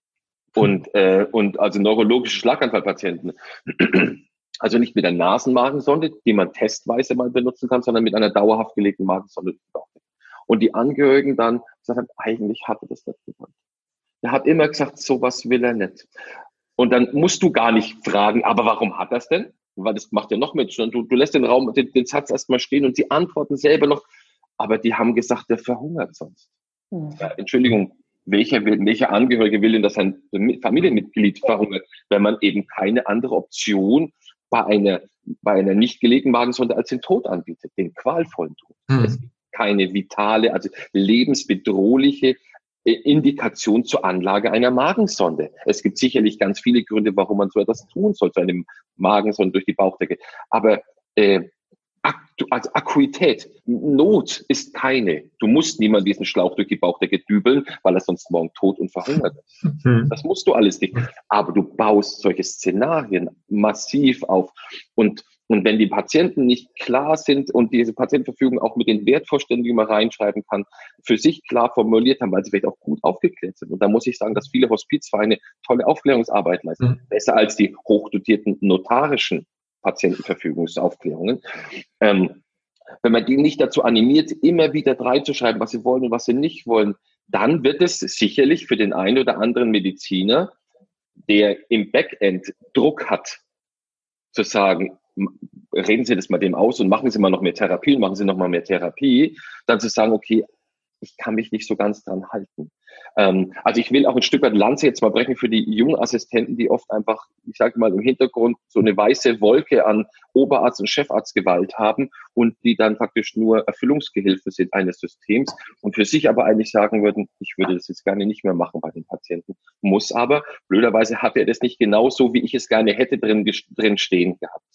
und äh, und also neurologische Schlaganfallpatienten. Also nicht mit einer Nasenmagensonde, die man testweise mal benutzen kann, sondern mit einer dauerhaft gelegten Magensonde. Und die Angehörigen dann sagen, eigentlich hat er das nicht gewollt. Er hat immer gesagt, sowas will er nicht. Und dann musst du gar nicht fragen, aber warum hat er es denn? Weil das macht ja noch mit. Du, du lässt den Raum, den, den Satz erstmal stehen und sie antworten selber noch, aber die haben gesagt, der verhungert sonst. Hm. Ja, Entschuldigung, welcher, will, welcher Angehörige will denn, dass ein Familienmitglied verhungert, wenn man eben keine andere Option bei einer, bei einer nicht gelegten Magensonde als den Tod anbietet, den qualvollen Tod. Hm. Es gibt keine vitale, also lebensbedrohliche Indikation zur Anlage einer Magensonde. Es gibt sicherlich ganz viele Gründe, warum man so etwas tun soll, so eine Magensonde durch die Bauchdecke. Aber äh, also Akuität, Not ist keine. Du musst niemand diesen Schlauch durch die Bauchdecke dübeln, weil er sonst morgen tot und verhungert ist. Mhm. Das musst du alles nicht. Aber du baust solche Szenarien massiv auf. Und Und wenn die Patienten nicht klar sind und diese Patientenverfügung auch mit den Wertvorstellungen, die man reinschreiben kann, für sich klar formuliert haben, weil sie vielleicht auch gut aufgeklärt sind. Und da muss ich sagen, dass viele Hospizvereine tolle Aufklärungsarbeit leisten. Mhm. Besser als die hochdotierten notarischen Patientenverfügungsaufklärungen. Ähm, wenn man die nicht dazu animiert, immer wieder reinzuschreiben, was sie wollen und was sie nicht wollen, dann wird es sicherlich für den einen oder anderen Mediziner, der im Backend Druck hat, zu sagen, reden Sie das mal dem aus und machen Sie mal noch mehr Therapie und machen Sie noch mal mehr Therapie, dann zu sagen, okay, ich kann mich nicht so ganz dran halten. Ähm, also ich will auch ein Stück weit Lanze jetzt mal brechen für die jungen Assistenten, die oft einfach, ich sage mal, im Hintergrund so eine weiße Wolke an Oberarzt- und Chefarztgewalt haben und die dann praktisch nur Erfüllungsgehilfe sind eines Systems und für sich aber eigentlich sagen würden, ich würde das jetzt gerne nicht mehr machen bei den Patienten. Muss aber, blöderweise hat er das nicht genauso, wie ich es gerne hätte, drin, drin stehen gehabt.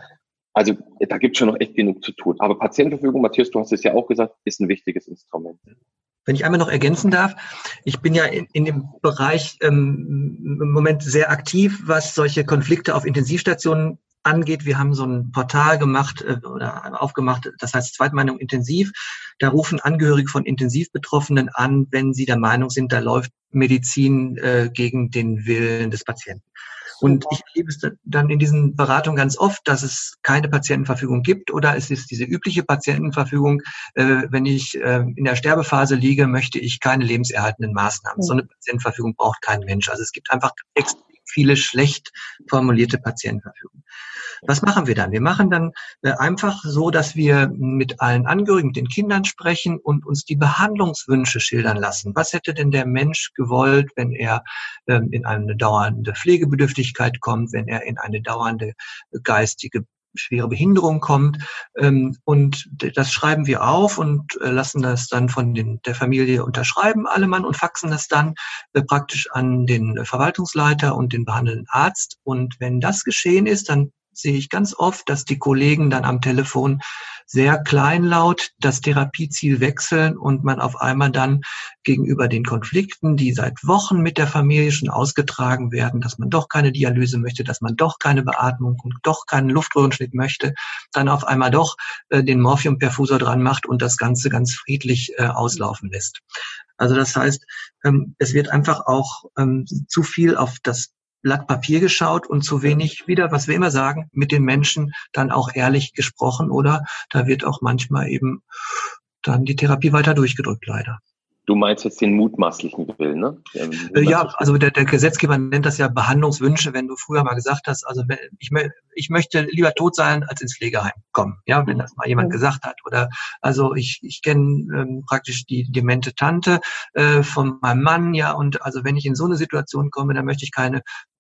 Also da gibt es schon noch echt genug zu tun. Aber Patientenverfügung, Matthias, du hast es ja auch gesagt, ist ein wichtiges Instrument.
Wenn ich einmal noch ergänzen darf, ich bin ja in, in dem Bereich ähm, im Moment sehr aktiv, was solche Konflikte auf Intensivstationen angeht. Wir haben so ein Portal gemacht äh, oder aufgemacht, das heißt Zweitmeinung intensiv. Da rufen Angehörige von Intensivbetroffenen an, wenn sie der Meinung sind, da läuft Medizin äh, gegen den Willen des Patienten. Und ich erlebe es dann in diesen Beratungen ganz oft, dass es keine Patientenverfügung gibt oder es ist diese übliche Patientenverfügung, äh, wenn ich äh, in der Sterbephase liege, möchte ich keine lebenserhaltenden Maßnahmen. So eine Patientenverfügung braucht kein Mensch. Also es gibt einfach extrem viele schlecht formulierte Patientenverfügungen. Was machen wir dann? Wir machen dann äh, einfach so, dass wir mit allen Angehörigen, mit den Kindern sprechen und uns die Behandlungswünsche schildern lassen. Was hätte denn der Mensch gewollt, wenn er ähm, in eine dauernde Pflegebedürftigkeit kommt, wenn er in eine dauernde geistige schwere Behinderung kommt, ähm, und das schreiben wir auf und äh, lassen das dann von den, der Familie unterschreiben, alle Mann, und faxen das dann äh, praktisch an den Verwaltungsleiter und den behandelnden Arzt. Und wenn das geschehen ist, dann sehe ich ganz oft, dass die Kollegen dann am Telefon sehr kleinlaut das Therapieziel wechseln und man auf einmal dann gegenüber den Konflikten, die seit Wochen mit der Familie schon ausgetragen werden, dass man doch keine Dialyse möchte, dass man doch keine Beatmung und doch keinen Luftröhrenschnitt möchte, dann auf einmal doch äh, den Morphiumperfusor dran macht und das Ganze ganz friedlich äh, auslaufen lässt. Also das heißt, ähm, es wird einfach auch ähm, zu viel auf das Blatt Papier geschaut und zu wenig wieder, was wir immer sagen, mit den Menschen dann auch ehrlich gesprochen, oder da wird auch manchmal eben dann die Therapie weiter durchgedrückt, leider.
Du meinst jetzt den mutmaßlichen Willen, ne?
Äh, ja, also der, der Gesetzgeber nennt das ja Behandlungswünsche, wenn du früher mal gesagt hast, also wenn, ich, ich möchte lieber tot sein, als ins Pflegeheim kommen, ja, wenn das mal jemand gesagt hat. Oder also ich, ich kenne ähm, praktisch die demente Tante äh, von meinem Mann, ja, und also wenn ich in so eine Situation komme, dann möchte ich keine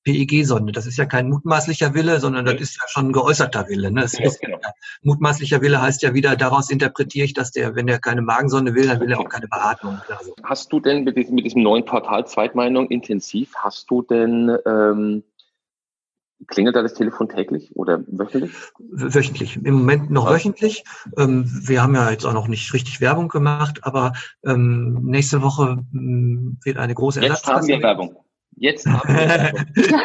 P E G-Sonde. Das ist ja kein mutmaßlicher Wille, sondern das ist ja schon ein geäußerter Wille. Ne? Das
Ja,
ist,
genau.
ja, mutmaßlicher Wille heißt ja wieder, daraus interpretiere ich, dass der, wenn der keine Magensonde will, dann will er auch keine Beatmung. Also.
Hast du denn mit diesem, mit diesem neuen Portal Zweitmeinung intensiv, hast du denn, ähm, klingelt da das Telefon täglich oder wöchentlich?
Wöchentlich. Im Moment noch
Ja.
wöchentlich. Ähm, wir haben ja jetzt auch noch nicht richtig Werbung gemacht, aber ähm, nächste Woche ähm, wird eine große
Jetzt haben wir Werbung. Jetzt haben wir Werbung.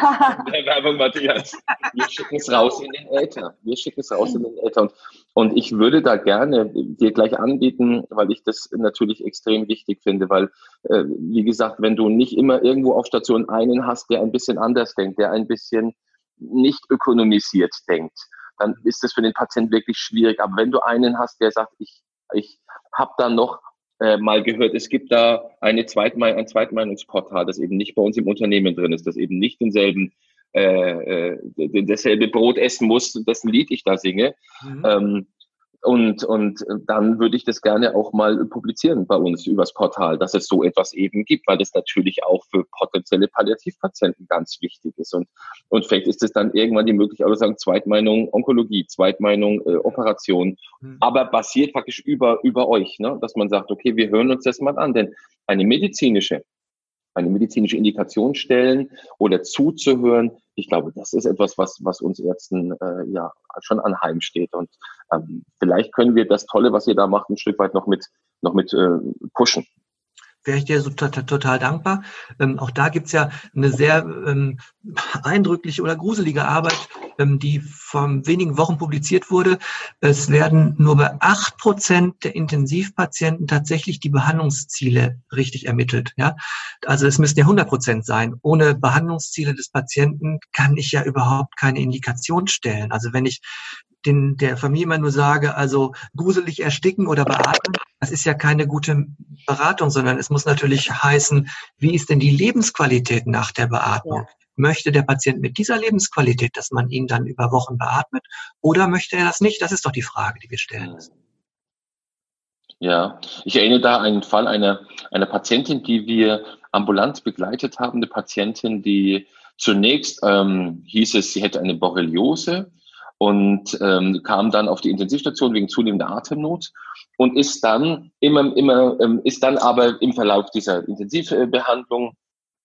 Ja. Werbung, Matthias. Wir schicken es raus in den Äther. Wir schicken es raus in den Äther. Und, und ich würde da gerne dir gleich anbieten, weil ich das natürlich extrem wichtig finde, weil, äh, wie gesagt, wenn du nicht immer irgendwo auf Station einen hast, der ein bisschen anders denkt, der ein bisschen nicht ökonomisiert denkt, dann ist das für den Patienten wirklich schwierig. Aber wenn du einen hast, der sagt, ich, ich habe da noch äh, mal gehört, es gibt da eine Zweitme- ein Zweitmeinungsportal, das eben nicht bei uns im Unternehmen drin ist, das eben nicht denselben, äh, äh, dasselbe Brot essen muss, dessen Lied ich da singe. Mhm. Ähm, Und, und dann würde ich das gerne auch mal publizieren bei uns übers Portal, dass es so etwas eben gibt, weil das natürlich auch für potenzielle Palliativpatienten ganz wichtig ist. Und, und vielleicht ist es dann irgendwann die Möglichkeit, oder sagen, Zweitmeinung Onkologie, Zweitmeinung äh, Operation, mhm. aber basiert praktisch über, über euch, ne? Dass man sagt, okay, wir hören uns das mal an, denn eine medizinische eine medizinische Indikation stellen oder zuzuhören. Ich glaube, das ist etwas, was, was uns Ärzten äh, ja schon anheimsteht. Und ähm, vielleicht können wir das Tolle, was ihr da macht, ein Stück weit noch mit, noch mit äh, pushen.
Wäre ich dir so total, total dankbar. Ähm, auch da gibt's ja eine sehr ähm, eindrückliche oder gruselige Arbeit, ähm, die vor wenigen Wochen publiziert wurde. Es werden nur bei acht Prozent der Intensivpatienten tatsächlich die Behandlungsziele richtig ermittelt. Ja, also es müssen ja hundert Prozent sein. Ohne Behandlungsziele des Patienten kann ich ja überhaupt keine Indikation stellen. Also wenn ich den, der Familie immer nur sage, also gruselig ersticken oder beatmen, das ist ja keine gute Beratung, sondern es muss natürlich heißen, wie ist denn die Lebensqualität nach der Beatmung? Ja. Möchte der Patient mit dieser Lebensqualität, dass man ihn dann über Wochen beatmet, oder möchte er das nicht? Das ist doch die Frage, die wir stellen müssen.
Ja, ich erinnere da an einen Fall einer, einer Patientin, die wir ambulant begleitet haben, eine Patientin, die zunächst ähm, hieß es, sie hätte eine Borreliose, und ähm, kam dann auf die Intensivstation wegen zunehmender Atemnot und ist dann immer, immer, ähm, ist dann aber im Verlauf dieser Intensivbehandlung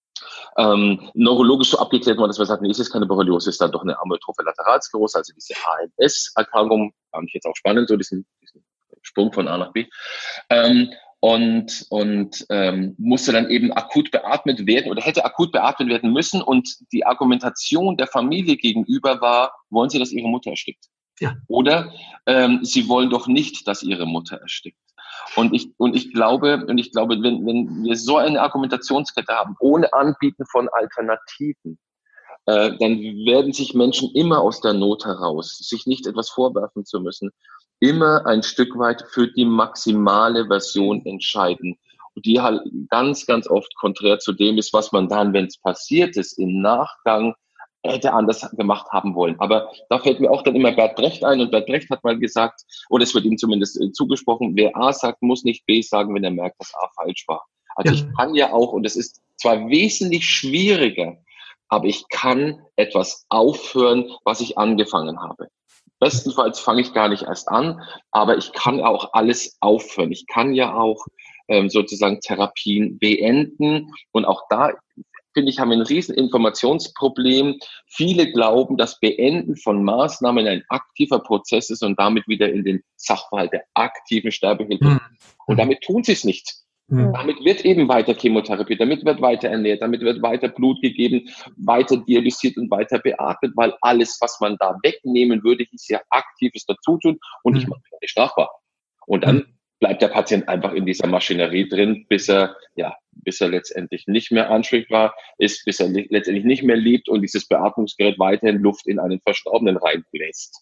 ähm, neurologisch so abgeklärt worden, dass wir sagten, nee, ist es keine Borreliose, ist dann doch eine Amyotrophe Lateralsklerose, also diese A M S-Erkrankung, fand ich jetzt auch spannend, so diesen, diesen Sprung von A nach B. Ähm, und und ähm, musste dann eben akut beatmet werden oder hätte akut beatmet werden müssen, und die Argumentation der Familie gegenüber war, wollen Sie, dass Ihre Mutter erstickt? Ja. Oder ähm, Sie wollen doch nicht, dass Ihre Mutter erstickt. Und ich und ich glaube und ich glaube, wenn wenn wir so eine Argumentationskette haben, ohne Anbieten von Alternativen, äh, dann werden sich Menschen immer aus der Not heraus, sich nicht etwas vorwerfen zu müssen, immer ein Stück weit für die maximale Version entscheiden. Und die halt ganz, ganz oft konträr zu dem ist, was man dann, wenn es passiert ist, im Nachgang hätte anders gemacht haben wollen. Aber da fällt mir auch dann immer Bert Brecht ein, und Bert Brecht hat mal gesagt, oder es wird ihm zumindest äh, zugesprochen, wer A sagt, muss nicht B sagen, wenn er merkt, dass A falsch war. Also ja. Ich kann ja auch, und es ist zwar wesentlich schwieriger, aber ich kann etwas aufhören, was ich angefangen habe. Bestenfalls fange ich gar nicht erst an, aber ich kann auch alles aufhören. Ich kann ja auch ähm, sozusagen Therapien beenden. Und auch da, finde ich, haben wir ein riesen Informationsproblem. Viele glauben, das Beenden von Maßnahmen ein aktiver Prozess ist und damit wieder in den Sachverhalt der aktiven Sterbehilfe. Mhm. Und damit tun sie es nicht. Mhm. Damit wird eben weiter Chemotherapie, damit wird weiter ernährt, damit wird weiter Blut gegeben, weiter dialysiert und weiter beatmet, weil alles, was man da wegnehmen würde, hieß ja aktives Dazutun, und mhm. ich mache das nicht strafbar. Und dann mhm. bleibt der Patient einfach in dieser Maschinerie drin, bis er, ja, bis er letztendlich nicht mehr ansprechbar ist, bis er letztendlich nicht mehr lebt und dieses Beatmungsgerät weiterhin Luft in einen Verstorbenen reinbläst.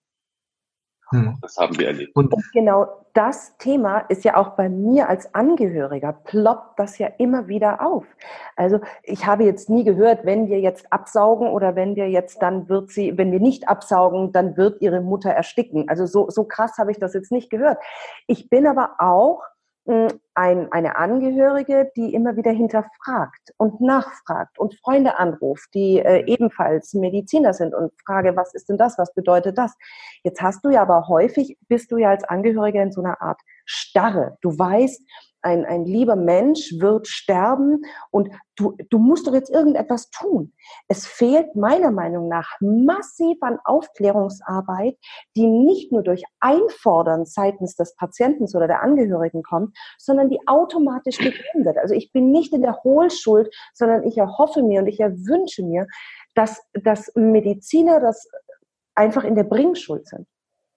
Hm. Das haben wir erlebt. Und genau das Thema ist ja auch bei mir als Angehöriger, ploppt das ja immer wieder auf. Also ich habe jetzt nie gehört, wenn wir jetzt absaugen oder wenn wir jetzt, dann wird sie, wenn wir nicht absaugen, dann wird ihre Mutter ersticken. Also so, so krass habe ich das jetzt nicht gehört. Ich bin aber auch mh, ein, eine Angehörige, die immer wieder hinterfragt und nachfragt und Freunde anruft, die äh, ebenfalls Mediziner sind und frage, was ist denn das, was bedeutet das? Jetzt hast du ja aber häufig, bist du ja als Angehöriger in so einer Art Starre. Du weißt, ein, ein lieber Mensch wird sterben und du, du musst doch jetzt irgendetwas tun. Es fehlt meiner Meinung nach massiv an Aufklärungsarbeit, die nicht nur durch Einfordern seitens des Patienten oder der Angehörigen kommt, sondern die automatisch gegeben wird. Also ich bin nicht in der Hohlschuld, sondern ich erhoffe mir und ich erwünsche mir, dass, dass Mediziner das einfach in der Bringschuld sind.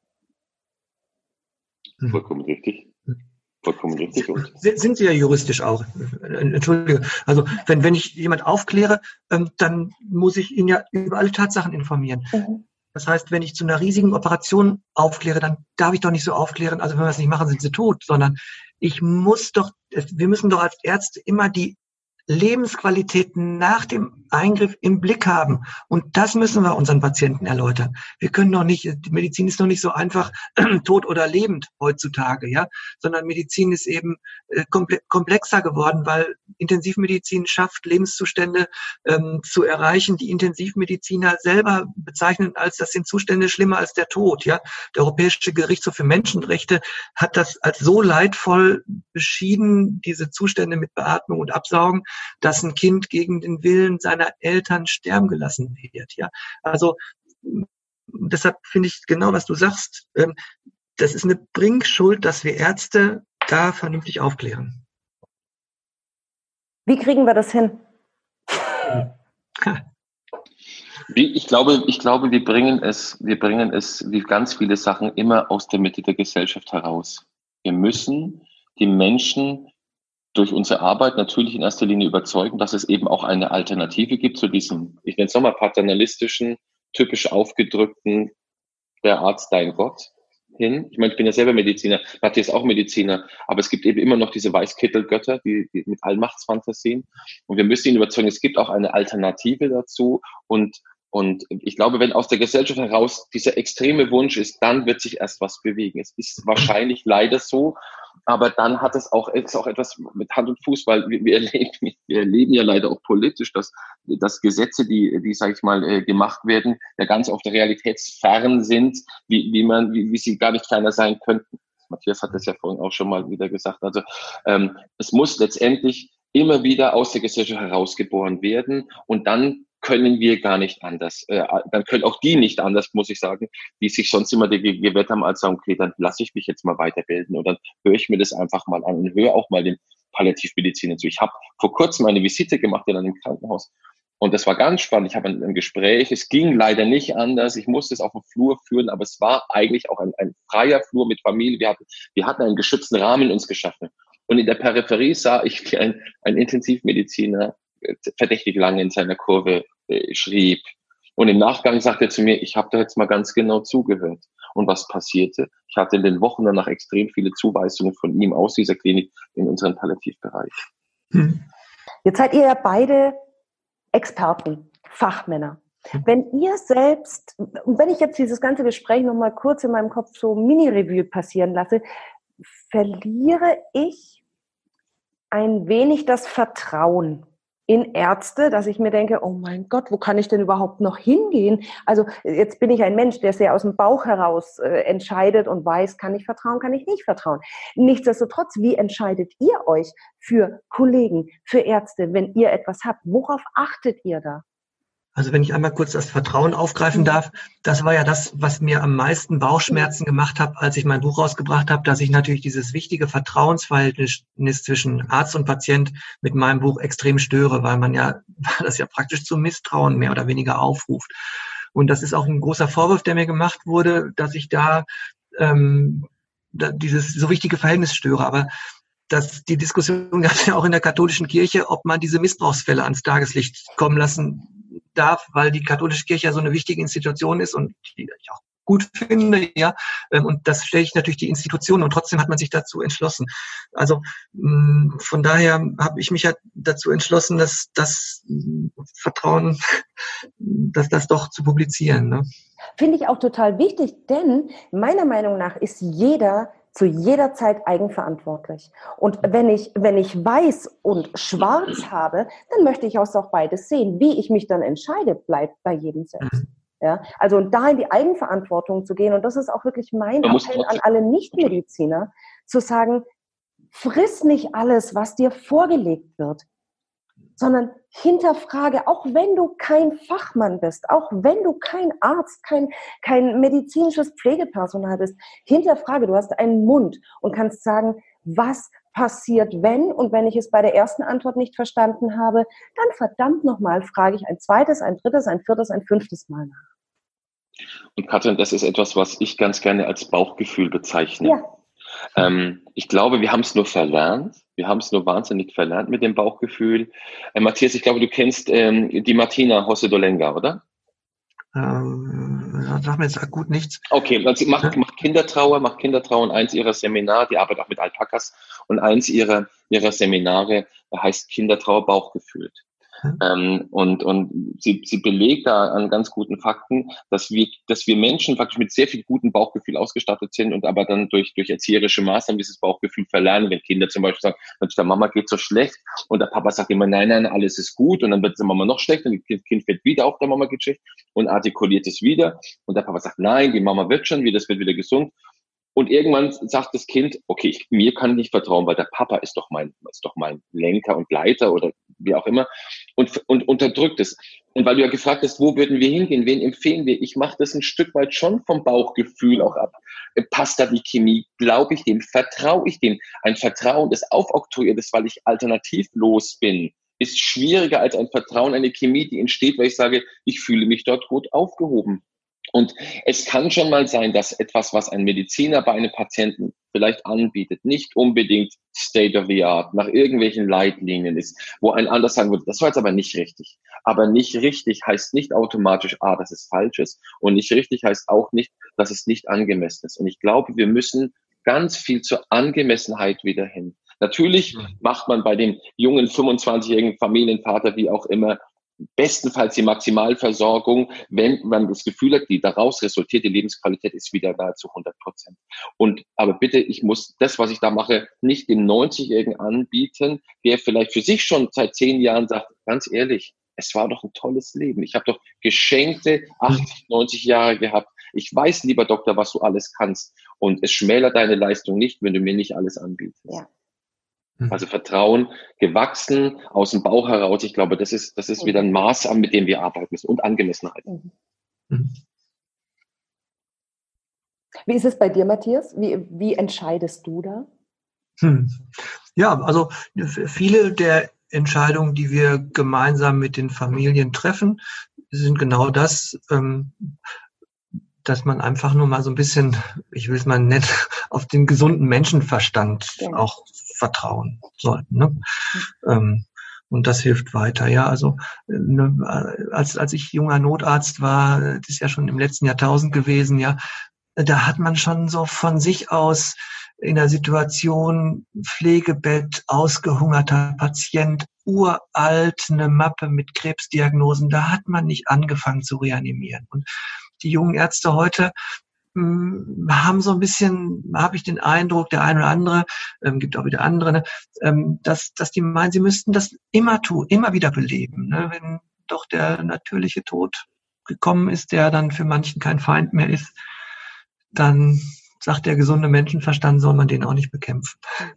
Vollkommen richtig. Vollkommen richtig. Und
sind Sie ja juristisch auch. Entschuldige. Also wenn, wenn ich jemand aufkläre, ähm, dann muss ich ihn ja über alle Tatsachen informieren. Mhm. Das heißt, wenn ich zu einer riesigen Operation aufkläre, dann darf ich doch nicht so aufklären, also wenn wir es nicht machen, sind sie tot, sondern ich muss doch, wir müssen doch als Ärzte immer die Lebensqualität nach dem Eingriff im Blick haben. Und das müssen wir unseren Patienten erläutern. Wir können doch nicht, die Medizin ist noch nicht so einfach tot oder lebend heutzutage, ja, sondern Medizin ist eben äh, komple- komplexer geworden, weil Intensivmedizin schafft, Lebenszustände ähm, zu erreichen, die Intensivmediziner selber bezeichnen als, das sind Zustände schlimmer als der Tod, ja. Der Europäische Gerichtshof für Menschenrechte hat das als so leidvoll beschieden, diese Zustände mit Beatmung und Absaugen, dass ein Kind gegen den Willen seiner Eltern sterben gelassen wird. Ja, also deshalb finde ich genau, was du sagst, ähm, das ist eine Bringschuld, dass wir Ärzte da vernünftig aufklären.
Wie kriegen wir das hin?
Wie, ich glaube, ich glaube, wir bringen es, wir bringen es wie ganz viele Sachen immer aus der Mitte der Gesellschaft heraus. Wir müssen die Menschen durch unsere Arbeit natürlich in erster Linie überzeugen, dass es eben auch eine Alternative gibt zu diesem, ich nenne es nochmal paternalistischen, typisch aufgedrückten, der Arzt dein Gott hin. Ich meine, ich bin ja selber Mediziner, Matthias ist auch Mediziner, aber es gibt eben immer noch diese Weißkittelgötter, die, die mit Allmachtsfantasien. Und wir müssen ihn überzeugen, es gibt auch eine Alternative dazu. Und Und ich glaube, wenn aus der Gesellschaft heraus dieser extreme Wunsch ist, dann wird sich erst was bewegen. Es ist wahrscheinlich leider so, aber dann hat es auch, ist auch etwas mit Hand und Fuß, weil wir, wir, erleben, wir erleben ja leider auch politisch, dass, dass Gesetze, die, die sage ich mal, gemacht werden, ja ganz oft realitätsfern sind, wie, wie man, wie, wie sie gar nicht ferner sein könnten. Matthias hat das ja vorhin auch schon mal wieder gesagt. Also ähm, es muss letztendlich immer wieder aus der Gesellschaft herausgeboren werden und dann können wir gar nicht anders. Äh, dann können auch die nicht anders, muss ich sagen, die sich sonst immer die gewehrt haben, als sagen, okay, dann lasse ich mich jetzt mal weiterbilden und dann höre ich mir das einfach mal an und höre auch mal den Palliativmediziner zu. Ich habe vor kurzem eine Visite gemacht in einem Krankenhaus und das war ganz spannend. Ich habe ein, ein Gespräch, es ging leider nicht anders, ich musste es auf dem Flur führen, aber es war eigentlich auch ein, ein freier Flur mit Familie. Wir hatten, wir hatten einen geschützten Rahmen uns geschaffen. Und in der Peripherie sah ich, wie ein, ein Intensivmediziner verdächtig lange in seiner Kurve äh, schrieb. Und im Nachgang sagte er zu mir, ich habe da jetzt mal ganz genau zugehört. Und was passierte? Ich hatte in den Wochen danach extrem viele Zuweisungen von ihm aus dieser Klinik in unseren Palliativbereich.
Hm. Jetzt seid ihr ja beide Experten, Fachmänner. Wenn ihr selbst, und wenn ich jetzt dieses ganze Gespräch nochmal kurz in meinem Kopf so Mini-Revue passieren lasse, verliere ich ein wenig das Vertrauen in Ärzte, dass ich mir denke, oh mein Gott, wo kann ich denn überhaupt noch hingehen? Also jetzt bin ich ein Mensch, der sehr aus dem Bauch heraus äh, entscheidet und weiß, kann ich vertrauen, kann ich nicht vertrauen. Nichtsdestotrotz, wie entscheidet ihr euch für Kollegen, für Ärzte, wenn ihr etwas habt? Worauf achtet ihr da?
Also wenn ich einmal kurz das Vertrauen aufgreifen darf, das war ja das, was mir am meisten Bauchschmerzen gemacht hat, als ich mein Buch rausgebracht habe, dass ich natürlich dieses wichtige Vertrauensverhältnis zwischen Arzt und Patient mit meinem Buch extrem störe, weil man ja, das ja praktisch zum Misstrauen mehr oder weniger aufruft. Und das ist auch ein großer Vorwurf, der mir gemacht wurde, dass ich da, ähm, da dieses so wichtige Verhältnis störe. Aber dass die Diskussion gab es ja auch in der katholischen Kirche, ob man diese Missbrauchsfälle ans Tageslicht kommen lassen darf, weil die katholische Kirche ja so eine wichtige Institution ist und die ich auch gut finde, ja. Und das stelle ich natürlich die Institution und trotzdem hat man sich dazu entschlossen. Also von daher habe ich mich ja dazu entschlossen, dass das Vertrauen, dass das doch zu publizieren. Ne?
Finde ich auch total wichtig, denn meiner Meinung nach ist jeder zu jeder Zeit eigenverantwortlich. Und wenn ich, wenn ich weiß und schwarz habe, dann möchte ich auch beides sehen. Wie ich mich dann entscheide, bleibt bei jedem selbst. Ja, also und da in die Eigenverantwortung zu gehen, und das ist auch wirklich mein Appell an alle Nichtmediziner, zu sagen, friss nicht alles, was dir vorgelegt wird, sondern hinterfrage, auch wenn du kein Fachmann bist, auch wenn du kein Arzt, kein, kein medizinisches Pflegepersonal bist, hinterfrage, du hast einen Mund und kannst sagen, was passiert, wenn, und wenn ich es bei der ersten Antwort nicht verstanden habe, dann verdammt nochmal frage ich ein zweites, ein drittes, ein viertes, ein fünftes Mal nach.
Und Katrin, das ist etwas, was ich ganz gerne als Bauchgefühl bezeichne.
Ja.
Ähm, ich glaube, wir haben es nur verlernt. Wir haben es nur wahnsinnig verlernt mit dem Bauchgefühl. Äh, Matthias, ich glaube, du kennst ähm, die Martina Hosse-Dolenga, oder?
Ähm, sag mir jetzt akut nichts.
Okay, also macht, macht Kindertrauer, macht Kindertrauer und eins ihrer Seminare, die arbeitet auch mit Alpakas, und eins ihrer, ihrer Seminare heißt Kindertrauer Bauchgefühl. Mhm. Ähm, und und sie, sie belegt da an ganz guten Fakten, dass wir, dass wir Menschen praktisch mit sehr viel gutem Bauchgefühl ausgestattet sind und aber dann durch, durch erzieherische Maßnahmen dieses Bauchgefühl verlernen. Wenn Kinder zum Beispiel sagen, Mensch, der Mama geht so schlecht, und der Papa sagt immer, nein, nein, alles ist gut, und dann wird der Mama noch schlechter, und das Kind fällt wieder auf, der Mama geht schlecht, und artikuliert es wieder, und der Papa sagt, nein, die Mama wird schon wieder, es wird wieder gesund. Und irgendwann sagt das Kind, okay, ich, mir kann ich nicht vertrauen, weil der Papa ist doch mein, ist doch mein Lenker und Leiter oder wie auch immer, und, und unterdrückt es. Und weil du ja gefragt hast, wo würden wir hingehen, wen empfehlen wir? Ich mache das ein Stück weit schon vom Bauchgefühl auch ab. Passt da die Chemie? Glaube ich dem? Vertraue ich dem? Ein Vertrauen, das aufoktroyiert ist, weil ich alternativlos bin, ist schwieriger als ein Vertrauen, eine Chemie, die entsteht, weil ich sage, ich fühle mich dort gut aufgehoben. Und es kann schon mal sein, dass etwas, was ein Mediziner bei einem Patienten vielleicht anbietet, nicht unbedingt State of the Art, nach irgendwelchen Leitlinien ist, wo ein anderer sagen würde, das war jetzt aber nicht richtig. Aber nicht richtig heißt nicht automatisch, ah, dass es falsch ist. Und nicht richtig heißt auch nicht, dass es nicht angemessen ist. Und ich glaube, wir müssen ganz viel zur Angemessenheit wieder hin. Natürlich macht man bei dem jungen fünfundzwanzigjährigen Familienvater, wie auch immer, bestenfalls die Maximalversorgung, wenn man das Gefühl hat, die daraus resultierte Lebensqualität ist wieder nahezu hundert Prozent. Und, aber bitte, ich muss das, was ich da mache, nicht dem neunzigjährigen anbieten, der vielleicht für sich schon seit zehn Jahren sagt, ganz ehrlich, es war doch ein tolles Leben. Ich habe doch geschenkte achtzig, neunzig Jahre gehabt. Ich weiß, lieber Doktor, was du alles kannst. Und es schmälert deine Leistung nicht, wenn du mir nicht alles anbietest. Ja. Also Vertrauen gewachsen aus dem Bauch heraus. Ich glaube, das ist, das ist wieder ein Maß an, mit dem wir arbeiten müssen, und Angemessenheit.
Mhm. Wie ist es bei dir, Matthias? Wie, wie entscheidest du da?
Hm. Ja, also viele der Entscheidungen, die wir gemeinsam mit den Familien treffen, sind genau das, ähm, dass man einfach nur mal so ein bisschen, ich will es mal nennen, auf den gesunden Menschenverstand ja. auch vertrauen sollten. Ne? Mhm. Ähm, und das hilft weiter. Ja, also ne, als als ich junger Notarzt war, das ist ja schon im letzten Jahrtausend gewesen, ja, da hat man schon so von sich aus in der Situation Pflegebett, ausgehungerter Patient, uralt, eine Mappe mit Krebsdiagnosen, da hat man nicht angefangen zu reanimieren. Und die jungen Ärzte heute mh, haben so ein bisschen, habe ich den Eindruck, der eine oder andere, ähm, gibt auch wieder andere, ne, ähm, dass, dass die meinen, sie müssten das immer tun, immer wieder beleben. Ne? Wenn doch der natürliche Tod gekommen ist, der dann für manchen kein Feind mehr ist, dann sagt der gesunde Menschenverstand, soll man den auch nicht bekämpfen.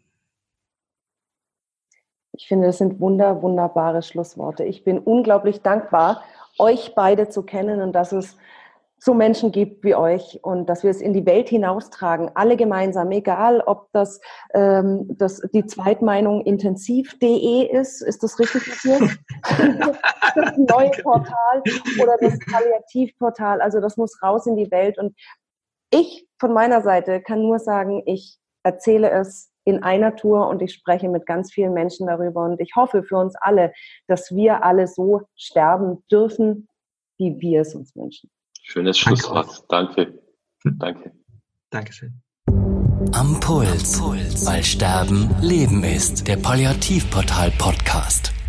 Ich finde, das sind wunder, wunderbare Schlussworte. Ich bin unglaublich dankbar, euch beide zu kennen und dass es so Menschen gibt wie euch und dass wir es in die Welt hinaustragen, alle gemeinsam, egal ob das, ähm, das die Zweitmeinung intensiv punkt de ist, ist das richtig, Matthias? Das neue Portal oder das Palliativportal, also das muss raus in die Welt. Und ich von meiner Seite kann nur sagen, ich erzähle es in einer Tour und ich spreche mit ganz vielen Menschen darüber und ich hoffe für uns alle, dass wir alle so sterben dürfen, wie wir es uns wünschen.
Schönes Schlusswort. Danke. Danke.
Dankeschön.
Am Puls, weil Sterben Leben ist. Der Palliativportal Podcast.